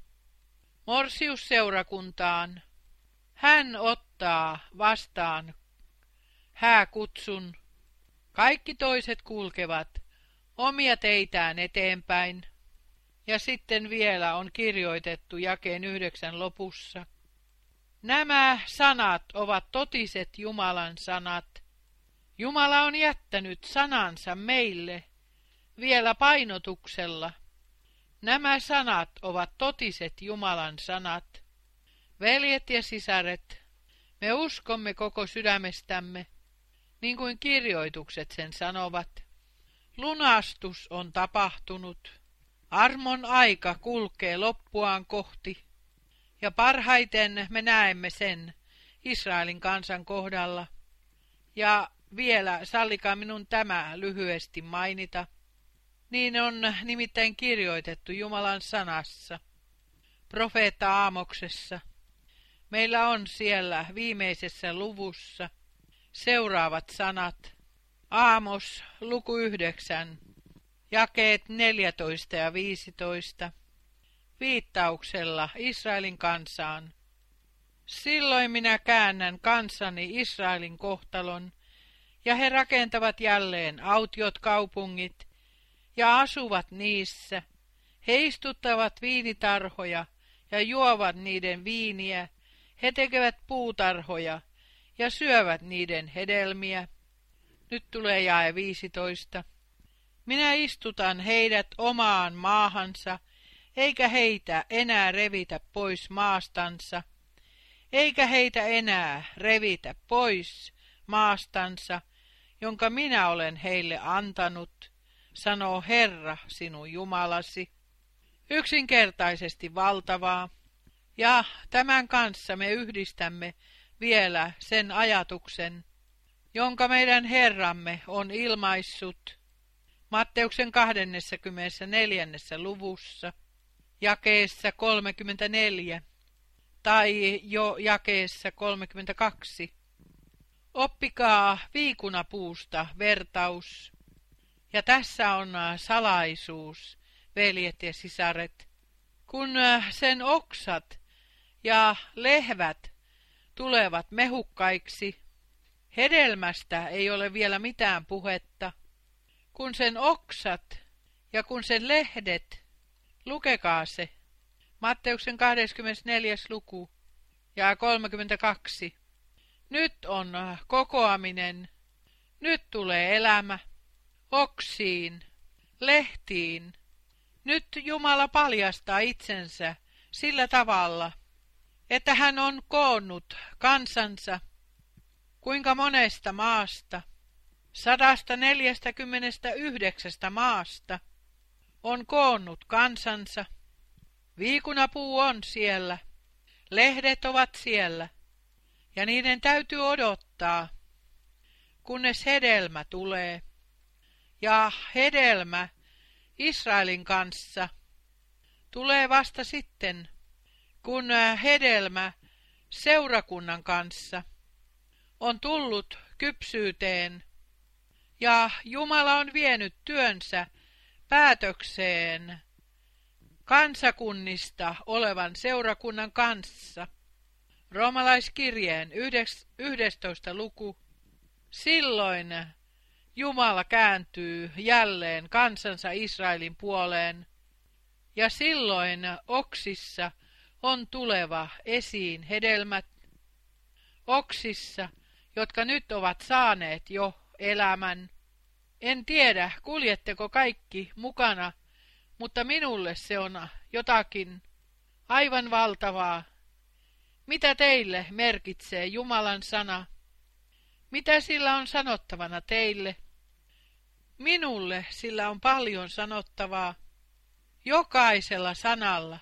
Morsiusseurakuntaan, hän ottaa vastaan hääkutsun. Kaikki toiset kulkevat omia teitään eteenpäin. Ja sitten vielä on kirjoitettu jakeen yhdeksän lopussa. Nämä sanat ovat totiset Jumalan sanat. Jumala on jättänyt sanansa meille vielä painotuksella. Nämä sanat ovat totiset Jumalan sanat. Veljet ja sisaret, me uskomme koko sydämestämme, niin kuin kirjoitukset sen sanovat. Lunastus on tapahtunut. Armon aika kulkee loppuaan kohti. Ja parhaiten me näemme sen Israelin kansan kohdalla. Ja vielä sallikaa minun tämä lyhyesti mainita. Niin on nimittäin kirjoitettu Jumalan sanassa, profeetta Aamoksessa. Meillä on siellä viimeisessä luvussa seuraavat sanat. Aamos, luku yhdeksän, jakeet neljätoista ja viisitoista. Viittauksella Israelin kansaan. Silloin minä käännän kansani Israelin kohtalon, ja he rakentavat jälleen autiot kaupungit, ja asuvat niissä. He istuttavat viinitarhoja, ja juovat niiden viiniä. He tekevät puutarhoja, ja syövät niiden hedelmiä. Nyt tulee jae viisitoista. Minä istutan heidät omaan maahansa, eikä heitä enää revitä pois maastansa, eikä heitä enää revitä pois maastansa, jonka minä olen heille antanut, sanoo Herra sinun Jumalasi. Yksinkertaisesti valtavaa, ja tämän kanssa me yhdistämme vielä sen ajatuksen, jonka meidän Herramme on ilmaissut Matteuksen kahdeskymmenesneljäs luvussa, jakeessa kolmekymmentäneljä, tai jo jakeessa kolmekymmentäkaksi. Oppikaa viikunapuusta vertaus. Ja tässä on salaisuus, veljet ja sisaret. Kun sen oksat ja lehvät tulevat mehukkaiksi, hedelmästä ei ole vielä mitään puhetta. Kun sen oksat ja kun sen lehdet, lukekaa se, Matteuksen kahdeskymmenesneljäs luku ja kolmekymmentäkaksi. Nyt on kokoaminen, nyt tulee elämä, oksiin, lehtiin. Nyt Jumala paljastaa itsensä sillä tavalla, että hän on koonnut kansansa kuinka monesta maasta, sadasta neljästäkymmenestä yhdeksästä maasta, on koonnut kansansa. Viikunapuu on siellä, lehdet ovat siellä, ja niiden täytyy odottaa, kunnes hedelmä tulee. Ja hedelmä Israelin kanssa tulee vasta sitten, kun hedelmä seurakunnan kanssa on tullut kypsyyteen, ja Jumala on vienyt työnsä päätökseen kansakunnista olevan seurakunnan kanssa. Roomalaiskirjeen yhdestoista luku. Silloin Jumala kääntyy jälleen kansansa Israelin puoleen, ja silloin oksissa on tuleva esiin hedelmät, oksissa, jotka nyt ovat saaneet jo elämän. En tiedä, kuljetteko kaikki mukana, mutta minulle se on jotakin aivan valtavaa. Mitä teille merkitsee Jumalan sana? Mitä sillä on sanottavana teille? Minulle sillä on paljon sanottavaa, jokaisella sanalla.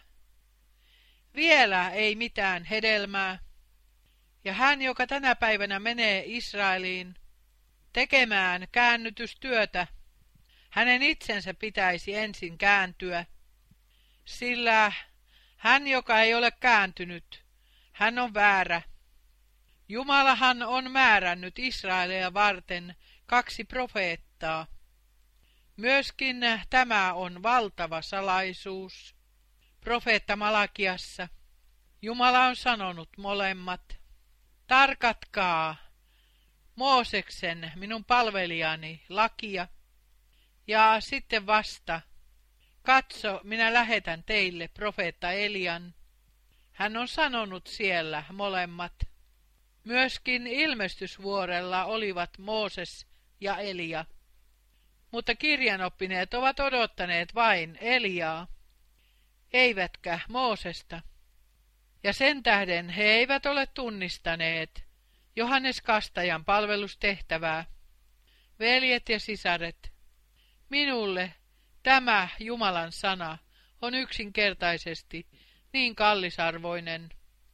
Vielä ei mitään hedelmää, ja hän, joka tänä päivänä menee Israeliin tekemään käännytystyötä, hänen itsensä pitäisi ensin kääntyä, sillä hän, joka ei ole kääntynyt, hän on väärä. Jumalahan on määrännyt Israelia varten kaksi profeettaa. Myöskin tämä on valtava salaisuus. Profeetta Malakiassa Jumala on sanonut molemmat. Tarkatkaa Mooseksen, minun palvelijani, lakia, ja sitten vasta, katso, minä lähetän teille profeetta Elian. Hän on sanonut siellä molemmat. Myöskin ilmestysvuorella olivat Mooses ja Elia. Mutta kirjanoppineet ovat odottaneet vain Eliaa, eivätkä Moosesta. Ja sen tähden he eivät ole tunnistaneet Johannes Kastajan palvelustehtävää. Veljet ja sisaret, minulle tämä Jumalan sana on yksinkertaisesti niin kallisarvoinen.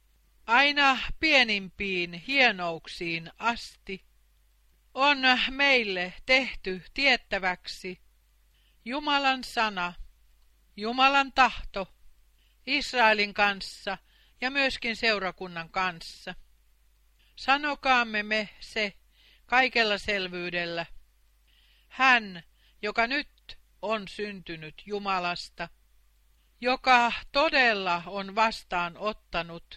Aina pienimpiin hienouksiin asti on meille tehty tiettäväksi Jumalan sana, Jumalan tahto Israelin kanssa ja myöskin seurakunnan kanssa. Sanokaamme me se kaikella selvyydellä. Hän, joka nyt on syntynyt Jumalasta, joka todella on vastaan ottanut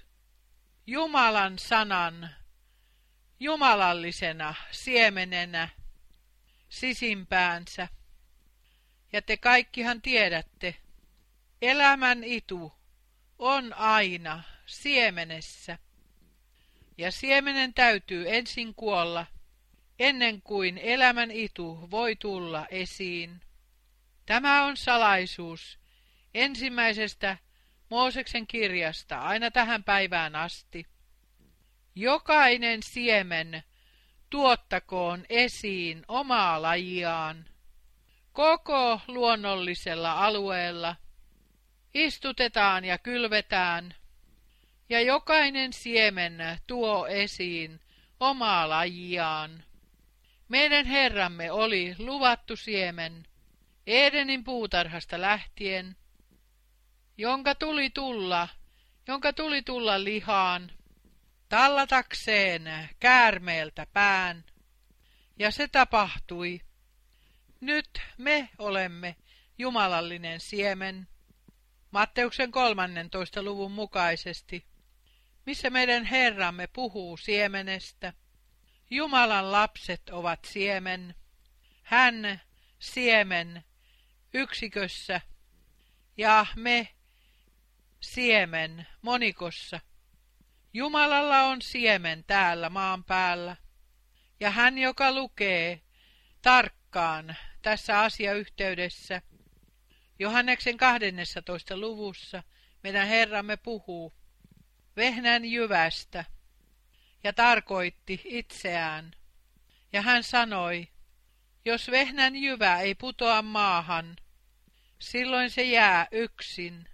Jumalan sanan jumalallisena siemenenä sisimpäänsä. Ja te kaikkihan tiedätte, elämän itu on aina siemenessä. Ja siemenen täytyy ensin kuolla, ennen kuin elämän itu voi tulla esiin. Tämä on salaisuus ensimmäisestä Mooseksen kirjasta aina tähän päivään asti. Jokainen siemen tuottakoon esiin omaa lajiaan. Koko luonnollisella alueella istutetaan ja kylvetään, ja jokainen siemen tuo esiin omaa lajiaan. Meidän Herramme oli luvattu siemen Edenin puutarhasta lähtien, jonka tuli tulla, jonka tuli tulla lihaan, tallatakseen käärmeeltä pään, ja se tapahtui. Nyt me olemme jumalallinen siemen, Matteuksen kolmannentoista luvun mukaisesti, missä meidän Herramme puhuu siemenestä. Jumalan lapset ovat siemen, hän siemen yksikössä ja me siemen monikossa. Jumalalla on siemen täällä maan päällä, ja hän, joka lukee tarkkaan tässä asiayhteydessä, Johanneksen kahdennessatoista luvussa, meidän Herramme puhuu. vehnän jyvästä ja tarkoitti itseään. Ja hän sanoi, jos vehnän jyvä ei putoa maahan, silloin se jää yksin.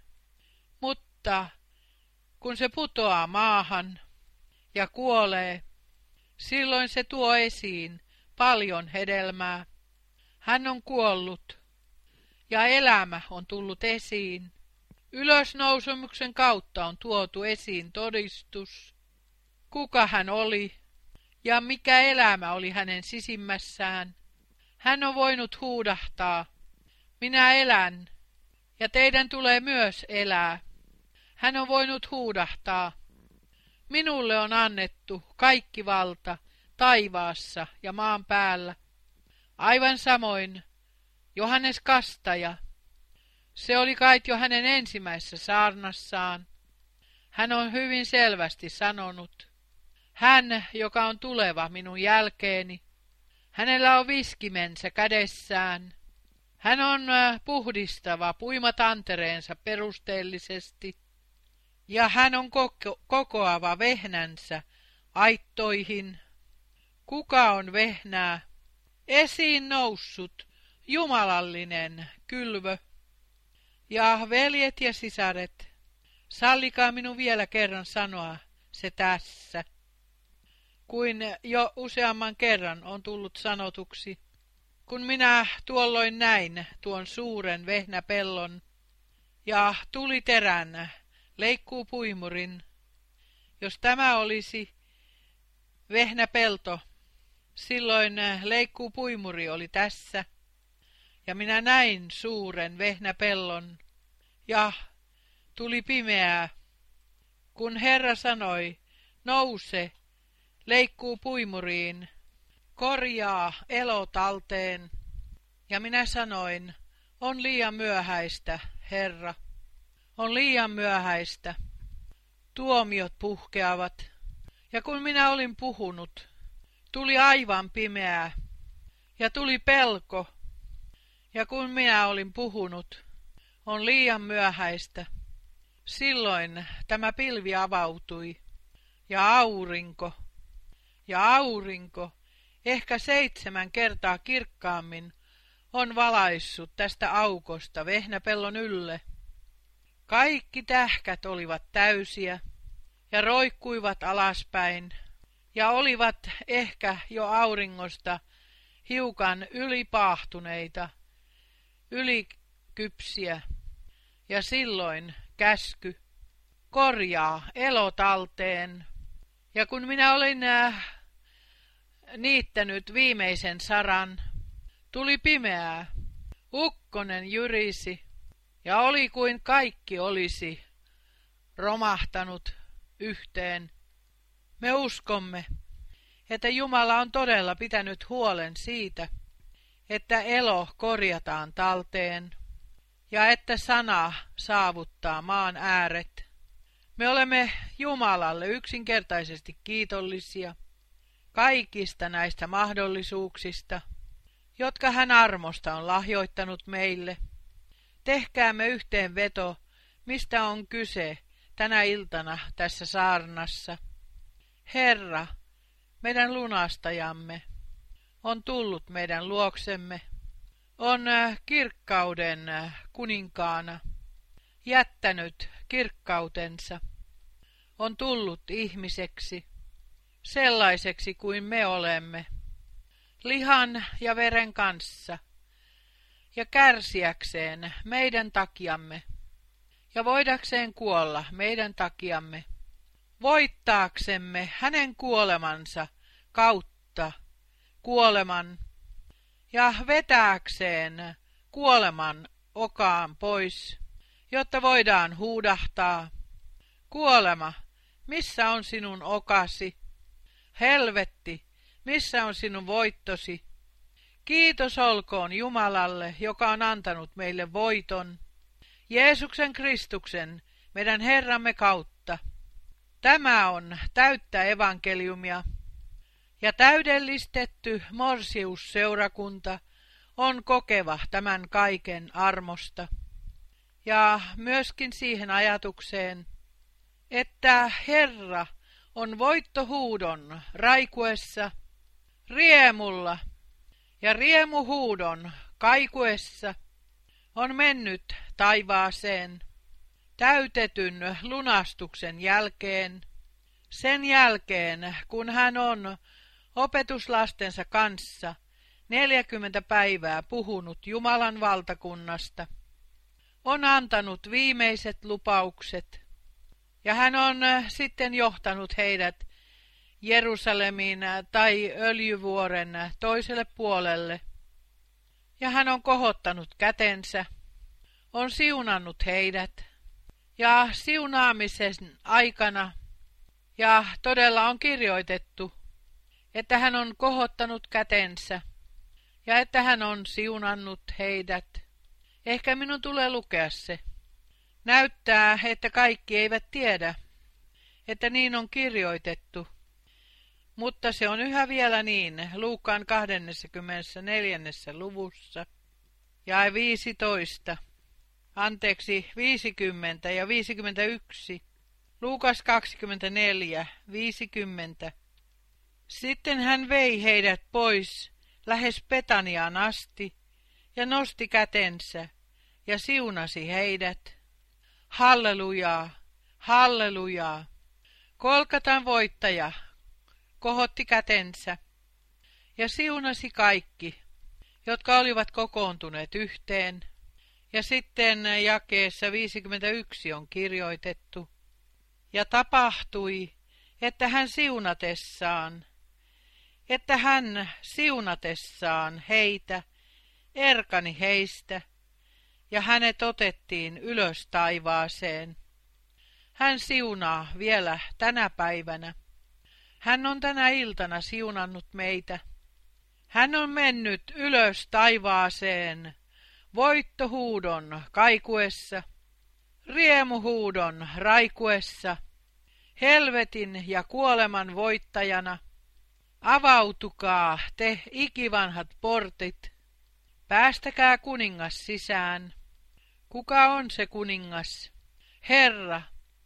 Mutta kun se putoaa maahan ja kuolee, silloin se tuo esiin paljon hedelmää. Hän on kuollut ja elämä on tullut esiin. Ylösnousemuksen kautta on tuotu esiin todistus, kuka hän oli ja mikä elämä oli hänen sisimmässään. Hän on voinut huudahtaa, minä elän ja teidän tulee myös elää. Hän on voinut huudahtaa, minulle on annettu kaikki valta taivaassa ja maan päällä. Aivan samoin Johannes Kastaja. Se oli kait jo hänen ensimmäisessä saarnassaan. Hän on hyvin selvästi sanonut, hän, joka on tuleva minun jälkeeni, hänellä on viskimensä kädessään. Hän on puhdistava puimatantereensa perusteellisesti, ja hän on koko, kokoava vehnänsä aittoihin. Kuka on vehnää? Esiin noussut jumalallinen kylvö. Ja veljet ja sisaret, sallikaa minun vielä kerran sanoa se tässä, kuin jo useamman kerran on tullut sanotuksi. Kun minä tuolloin näin tuon suuren vehnäpellon ja tuliterän leikkuupuimurin, jos tämä olisi vehnäpelto, silloin leikkuupuimuri oli tässä, ja minä näin suuren vehnäpellon, ja tuli pimeää, kun Herra sanoi, nouse, leikkuu puimuriin, korjaa elo talteen. Ja minä sanoin, on liian myöhäistä, Herra, on liian myöhäistä. Tuomiot puhkeavat, ja kun minä olin puhunut, tuli aivan pimeää, ja tuli pelko, ja kun minä olin puhunut, on liian myöhäistä. Silloin tämä pilvi avautui, ja aurinko, ja aurinko, ehkä seitsemän kertaa kirkkaammin, on valaissut tästä aukosta vehnäpellon ylle. Kaikki tähkät olivat täysiä, ja roikkuivat alaspäin, ja olivat ehkä jo auringosta hiukan ylipaahtuneita, ylikypsiä, ja silloin käsky, korjaa elo talteen. Ja kun minä olin äh, niittänyt viimeisen saran, tuli pimeää, ukkonen jyrisi, ja oli kuin kaikki olisi romahtanut yhteen. Me uskomme, että Jumala on todella pitänyt huolen siitä, että elo korjataan talteen ja että sana saavuttaa maan ääret. Me olemme Jumalalle yksinkertaisesti kiitollisia kaikista näistä mahdollisuuksista, jotka hän armosta on lahjoittanut meille. Tehkäämme yhteenveto, mistä on kyse tänä iltana tässä saarnassa. Herra, meidän lunastajamme, on tullut meidän luoksemme, on kirkkauden kuninkaana, jättänyt kirkkautensa, on tullut ihmiseksi, sellaiseksi kuin me olemme, lihan ja veren kanssa, ja kärsiäkseen meidän takiamme, ja voidakseen kuolla meidän takiamme, voittaaksemme hänen kuolemansa kautta kuoleman, ja vetääkseen kuoleman okaan pois, jotta voidaan huudahtaa, kuolema, missä on sinun okasi? Helvetti, missä on sinun voittosi? Kiitos olkoon Jumalalle, joka on antanut meille voiton, Jeesuksen Kristuksen, meidän Herramme kautta. Tämä on täyttä evankeliumia, ja täydellistetty Morsius-seurakunta on kokeva tämän kaiken armosta. Ja myöskin siihen ajatukseen, että Herra on voittohuudon raikuessa, riemulla ja riemuhuudon kaikuessa on mennyt taivaaseen täytetyn lunastuksen jälkeen, sen jälkeen kun hän on opetuslastensa kanssa neljäkymmentä päivää puhunut Jumalan valtakunnasta, on antanut viimeiset lupaukset, ja hän on sitten johtanut heidät Jerusalemiin tai Öljyvuoren toiselle puolelle, ja hän on kohottanut kätensä, on siunannut heidät, ja siunaamisen aikana, ja todella on kirjoitettu, että hän on kohottanut kätensä, ja että hän on siunannut heidät. Ehkä minun tulee lukea se. Näyttää, että kaikki eivät tiedä, että niin on kirjoitettu, mutta se on yhä vielä niin Luukaan kaksikymmentäneljännessä luvussa ja viisitoista, anteeksi viisikymmentä ja viisikymmentäyksi, Luukas kaksikymmentäneljä, viisikymmentä. Sitten hän vei heidät pois lähes Betaniaan asti ja nosti kätensä ja siunasi heidät. Hallelujaa, hallelujaa. Golgatan voittaja kohotti kätensä ja siunasi kaikki, jotka olivat kokoontuneet yhteen. Ja sitten jakeessa viisikymmentäyksi on kirjoitettu, ja tapahtui, että hän siunatessaan, että hän siunatessaan heitä, erkani heistä, ja hänet otettiin ylös taivaaseen. Hän siunaa vielä tänä päivänä. Hän on tänä iltana siunannut meitä. Hän on mennyt ylös taivaaseen voittohuudon kaikuessa, riemuhuudon raikuessa, helvetin ja kuoleman voittajana. Avautukaa te ikivanhat portit, päästäkää kuningas sisään. Kuka on se kuningas? Herra.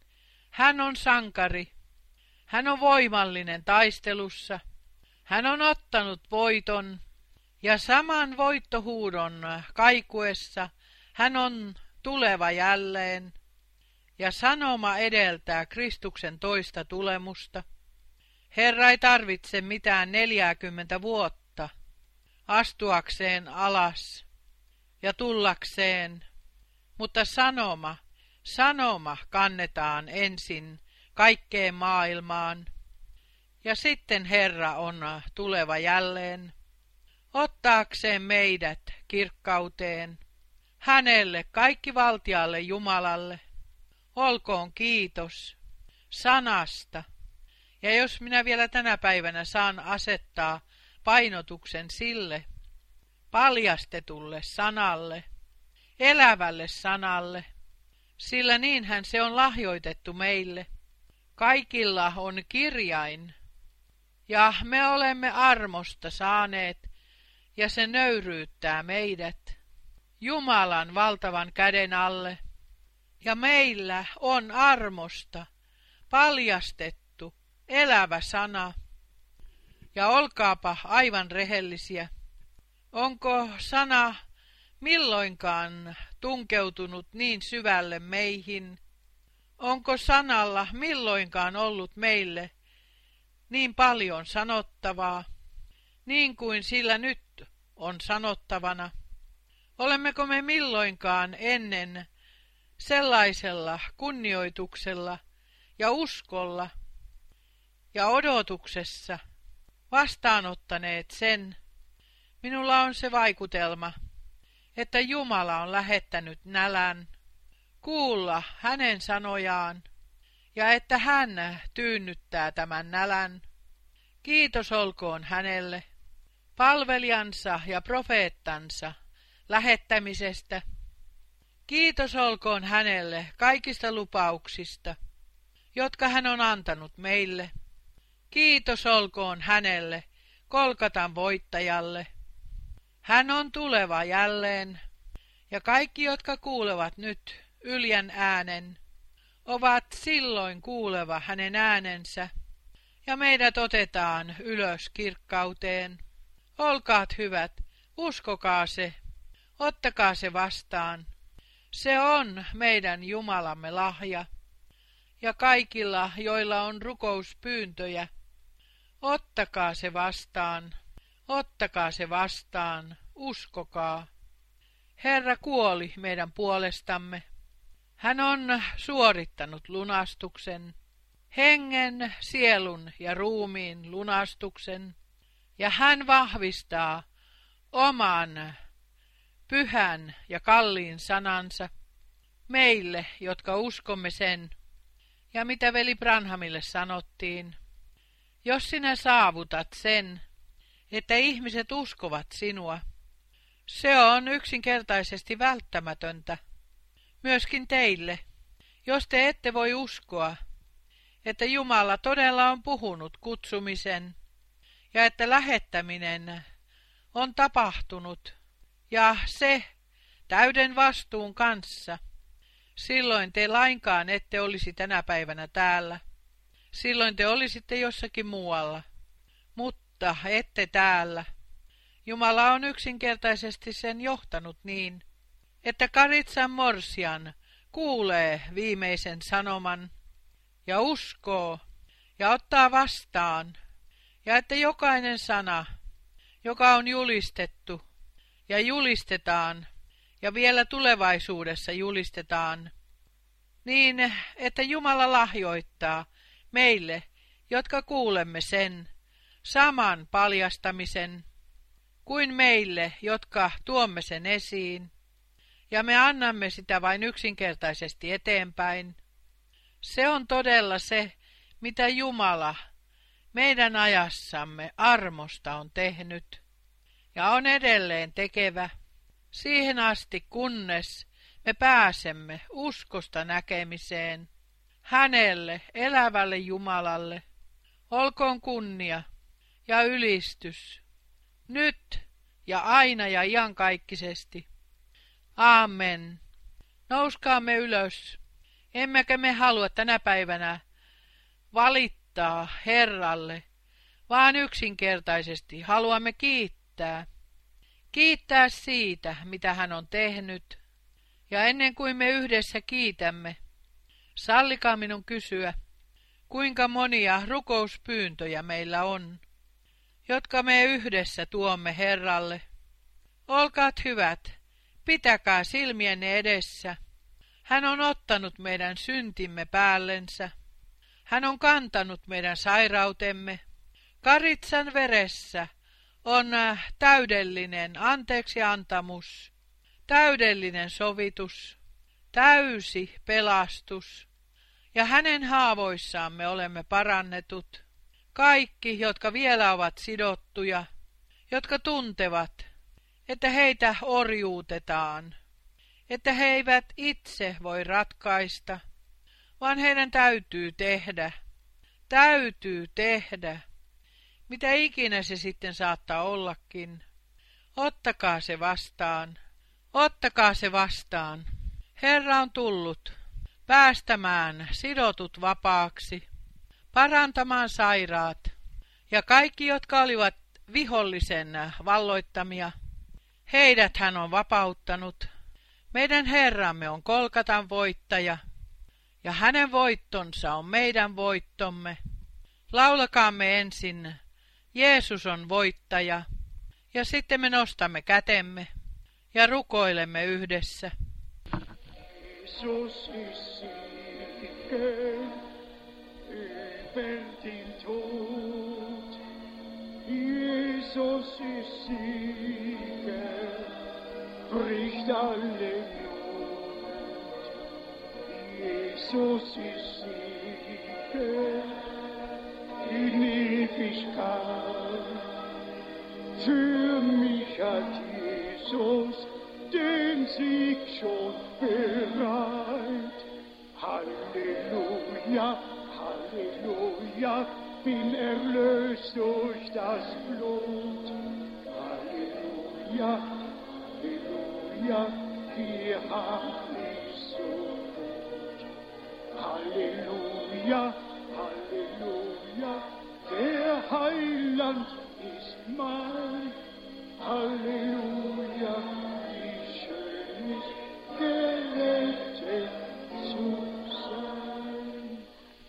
Hän on sankari. Hän on voimallinen taistelussa. Hän on ottanut voiton, ja saman voittohuudon kaikuessa hän on tuleva jälleen, ja sanoma edeltää Kristuksen toista tulemusta. Herra ei tarvitse mitään neljääkymmentä vuotta astuakseen alas ja tullakseen, mutta sanoma, sanoma kannetaan ensin kaikkeen maailmaan, ja sitten Herra on tuleva jälleen, ottaakseen meidät kirkkauteen, hänelle kaikki valtialle Jumalalle, olkoon kiitos sanasta. Ja jos minä vielä tänä päivänä saan asettaa painotuksen sille paljastetulle sanalle, elävälle sanalle, sillä niinhän se on lahjoitettu meille. Kaikilla on kirjain, ja me olemme armosta saaneet, ja se nöyryyttää meidät Jumalan valtavan käden alle. Ja meillä on armosta paljastettu elävä sana. Ja olkaapa aivan rehellisiä. Onko sana milloinkaan tunkeutunut niin syvälle meihin? Onko sanalla milloinkaan ollut meille niin paljon sanottavaa, niin kuin sillä nyt on sanottavana? Olemmeko me milloinkaan ennen sellaisella kunnioituksella ja uskolla ja odotuksessa vastaanottaneet sen? Minulla on se vaikutelma, että Jumala on lähettänyt nälän kuulla hänen sanojaan, ja että hän tyynnyttää tämän nälän. Kiitos olkoon hänelle, palvelijansa ja profeettansa lähettämisestä. Kiitos olkoon hänelle kaikista lupauksista, jotka hän on antanut meille. Kiitos olkoon hänelle, Golgatan voittajalle. Hän on tuleva jälleen, ja kaikki, jotka kuulevat nyt Yljän äänen, ovat silloin kuuleva hänen äänensä, ja meidät otetaan ylös kirkkauteen. Olkaat hyvät, uskokaa se, ottakaa se vastaan. Se on meidän Jumalamme lahja. Ja kaikilla, joilla on rukouspyyntöjä, ottakaa se vastaan, ottakaa se vastaan, uskokaa. Herra kuoli meidän puolestamme. Hän on suorittanut lunastuksen, hengen, sielun ja ruumiin lunastuksen, ja hän vahvistaa oman pyhän ja kalliin sanansa meille, jotka uskomme sen. Ja mitä veli Branhamille sanottiin, jos sinä saavutat sen, että ihmiset uskovat sinua, se on yksinkertaisesti välttämätöntä. Myöskin teille, jos te ette voi uskoa, että Jumala todella on puhunut kutsumisen ja että lähettäminen on tapahtunut ja se täyden vastuun kanssa, silloin te lainkaan ette olisi tänä päivänä täällä. Silloin te olisitte jossakin muualla, mutta ette täällä. Jumala on yksinkertaisesti sen johtanut niin, että Karitsan morsian kuulee viimeisen sanoman ja uskoo ja ottaa vastaan, ja että jokainen sana, joka on julistettu ja julistetaan ja vielä tulevaisuudessa julistetaan, niin että Jumala lahjoittaa meille, jotka kuulemme sen, saman paljastamisen kuin meille, jotka tuomme sen esiin, ja me annamme sitä vain yksinkertaisesti eteenpäin. Se on todella se, mitä Jumala meidän ajassamme armosta on tehnyt, ja on edelleen tekevä, siihen asti kunnes me pääsemme uskosta näkemiseen, hänelle, elävälle Jumalalle, olkoon kunnia ja ylistys, nyt ja aina ja iankaikkisesti. Aamen. Nouskaamme ylös, emmekä me halua tänä päivänä valittaa Herralle, vaan yksinkertaisesti haluamme kiittää. Kiittää siitä, mitä hän on tehnyt. Ja ennen kuin me yhdessä kiitämme, sallikaa minun kysyä, kuinka monia rukouspyyntöjä meillä on, jotka me yhdessä tuomme Herralle. Olkaat hyvät, pitäkää silmienne edessä. Hän on ottanut meidän syntimme päällensä. Hän on kantanut meidän sairautemme. Karitsan veressä on täydellinen anteeksiantamus, täydellinen sovitus, täysi pelastus, ja hänen haavoissaan me olemme parannetut. Kaikki, jotka vielä ovat sidottuja, jotka tuntevat, että heitä orjuutetaan, että he eivät itse voi ratkaista, vaan heidän täytyy tehdä, täytyy tehdä, mitä ikinä se sitten saattaa ollakin. Ottakaa se vastaan, ottakaa se vastaan. Herra on tullut päästämään sidotut vapaaksi, parantamaan sairaat ja kaikki, jotka olivat vihollisen valloittamia. Heidät hän on vapauttanut. Meidän Herramme on Kolkatan voittaja, ja hänen voittonsa on meidän voittomme. Laulakaamme ensin, Jeesus on voittaja, ja sitten me nostamme kätemme ja rukoilemme yhdessä. Jesus ist Sieger über den Tod. Jesus ist Sieger, bricht alle Not. Jesus ist Sieger in Ewigkeit. Für mich hat Jesus den Sieg schon bereit. Halleluja, Halleluja, bin erlöst durch das Blut. Halleluja, Halleluja, wir haben dich so gut. Halleluja, Halleluja, der Heiland ist mein. Halleluja, wie schön ist, gerettet zu sein.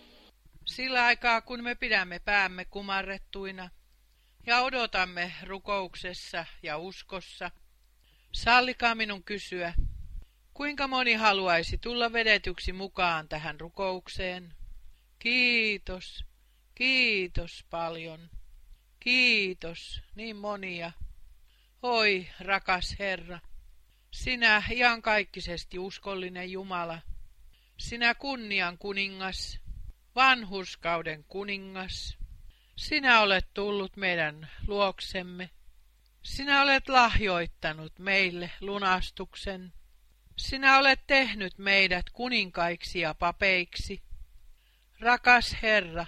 Sillä aikaa, kun me pidämme päämme kumarrettuina ja odotamme rukouksessa ja uskossa, sallikaa minun kysyä, kuinka moni haluaisi tulla vedetyksi mukaan tähän rukoukseen? Kiitos, kiitos paljon, kiitos, niin monia. Oi, rakas Herra, sinä iankaikkisesti uskollinen Jumala, sinä kunnian kuningas, vanhurskauden kuningas, sinä olet tullut meidän luoksemme, sinä olet lahjoittanut meille lunastuksen, sinä olet tehnyt meidät kuninkaiksi ja papeiksi. Rakas Herra,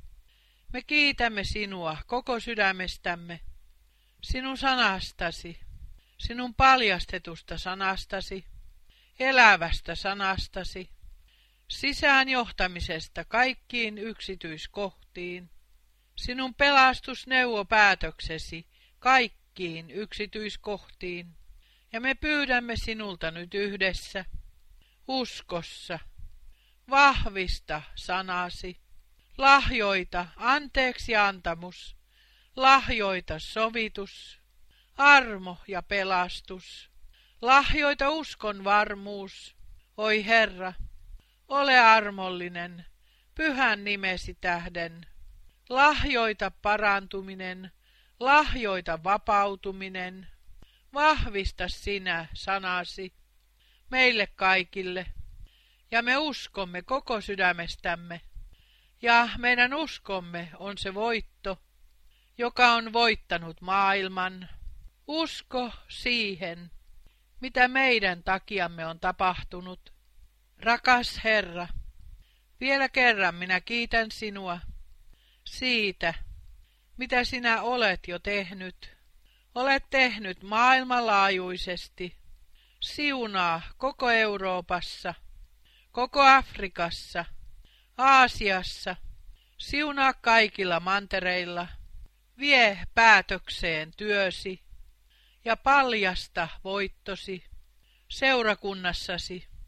me kiitämme sinua koko sydämestämme, sinun sanastasi, sinun paljastetusta sanastasi, elävästä sanastasi, sisään johtamisesta kaikkiin yksityiskohtiin, sinun pelastusneuvopäätöksesi kaikkiin yksityiskohtiin, ja me pyydämme sinulta nyt yhdessä, uskossa, vahvista sanasi, lahjoita anteeksi antamus, lahjoita sovitus, armo ja pelastus, lahjoita uskon varmuus, oi Herra, ole armollinen, pyhän nimesi tähden, lahjoita parantuminen, lahjoita vapautuminen, vahvista sinä sanasi meille kaikille, ja me uskomme koko sydämestämme, ja meidän uskomme on se voitto, joka on voittanut maailman. Usko siihen, mitä meidän takiamme on tapahtunut. Rakas Herra, vielä kerran minä kiitän sinua siitä, mitä sinä olet jo tehnyt. Olet tehnyt maailmanlaajuisesti. Siunaa koko Euroopassa, koko Afrikassa, Aasiassa. Siunaa kaikilla mantereilla. Vie päätökseen työsi ja paljasta voittosi seurakunnassasi.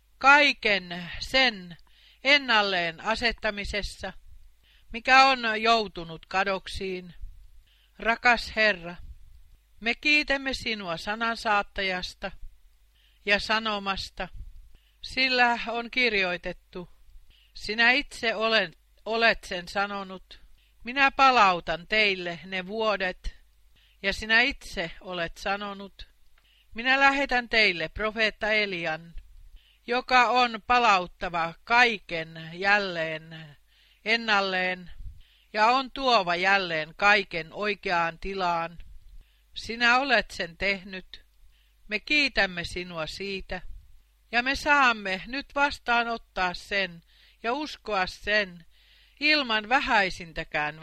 Kaiken sen ennalleen asettamisessa, mikä on joutunut kadoksiin. Rakas Herra, me kiitämme sinua sanansaattajasta ja sanomasta, sillä on kirjoitettu, sinä itse olet, olet sen sanonut, minä palautan teille ne vuodet, ja sinä itse olet sanonut, minä lähetän teille profeetta Elian, joka on palauttava kaiken jälleen ennalleen ja on tuova jälleen kaiken oikeaan tilaan. Sinä olet sen tehnyt. Me kiitämme sinua siitä, ja me saamme nyt vastaanottaa sen ja uskoa sen ilman vähäisintäkään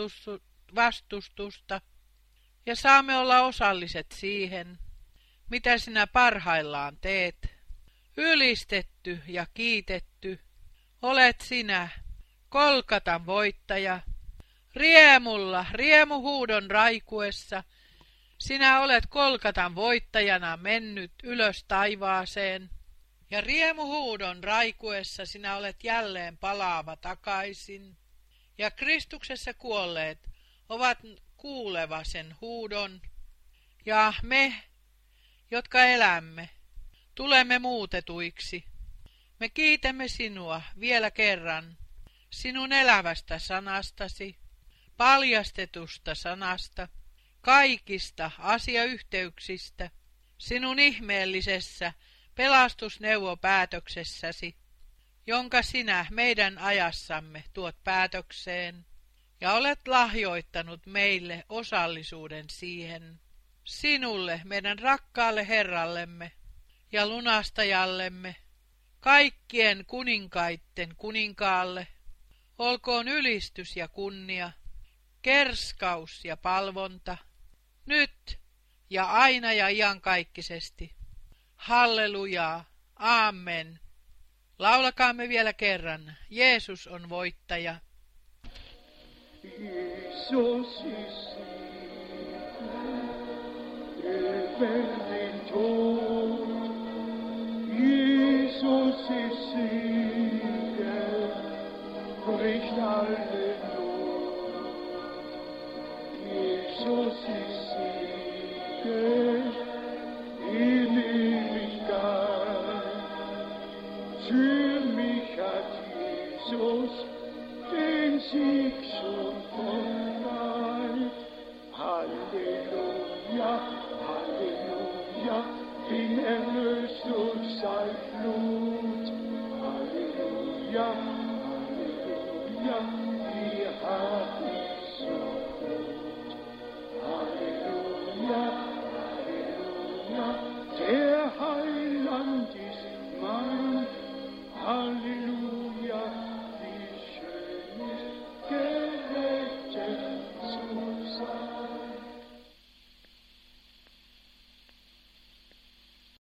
vastustusta, ja saamme olla osalliset siihen, mitä sinä parhaillaan teet. Ylistetty ja kiitetty olet sinä, Kolkatan voittaja, riemulla, riemuhuudon raikuessa, sinä olet Kolkatan voittajana mennyt ylös taivaaseen, ja riemuhuudon raikuessa sinä olet jälleen palaava takaisin, ja Kristuksessa kuolleet ovat kuuleva sen huudon, ja me, jotka elämme, tulemme muutetuiksi. Me kiitämme sinua vielä kerran, sinun elävästä sanastasi, paljastetusta sanasta, kaikista asiayhteyksistä, sinun ihmeellisessä pelastusneuvopäätöksessäsi, jonka sinä meidän ajassamme tuot päätökseen, ja olet lahjoittanut meille osallisuuden siihen, sinulle, meidän rakkaalle Herrallemme ja lunastajallemme, kaikkien kuninkaitten kuninkaalle, olkoon ylistys ja kunnia, kerskaus ja palvonta, nyt ja aina ja iankaikkisesti. Hallelujaa, amen. Laulakaamme vielä kerran. Jeesus on voittaja. Jesus ist über den Tod. Jesus ist Sieger, bricht alle Not. Jesus ist Sieger in Ewigkeit. Für mich hat Jesus den Sieg schon verleiht. Halleluja, Halleluja, bin erlöst durch sein Blut. Halleluja, Halleluja, wie hab ich so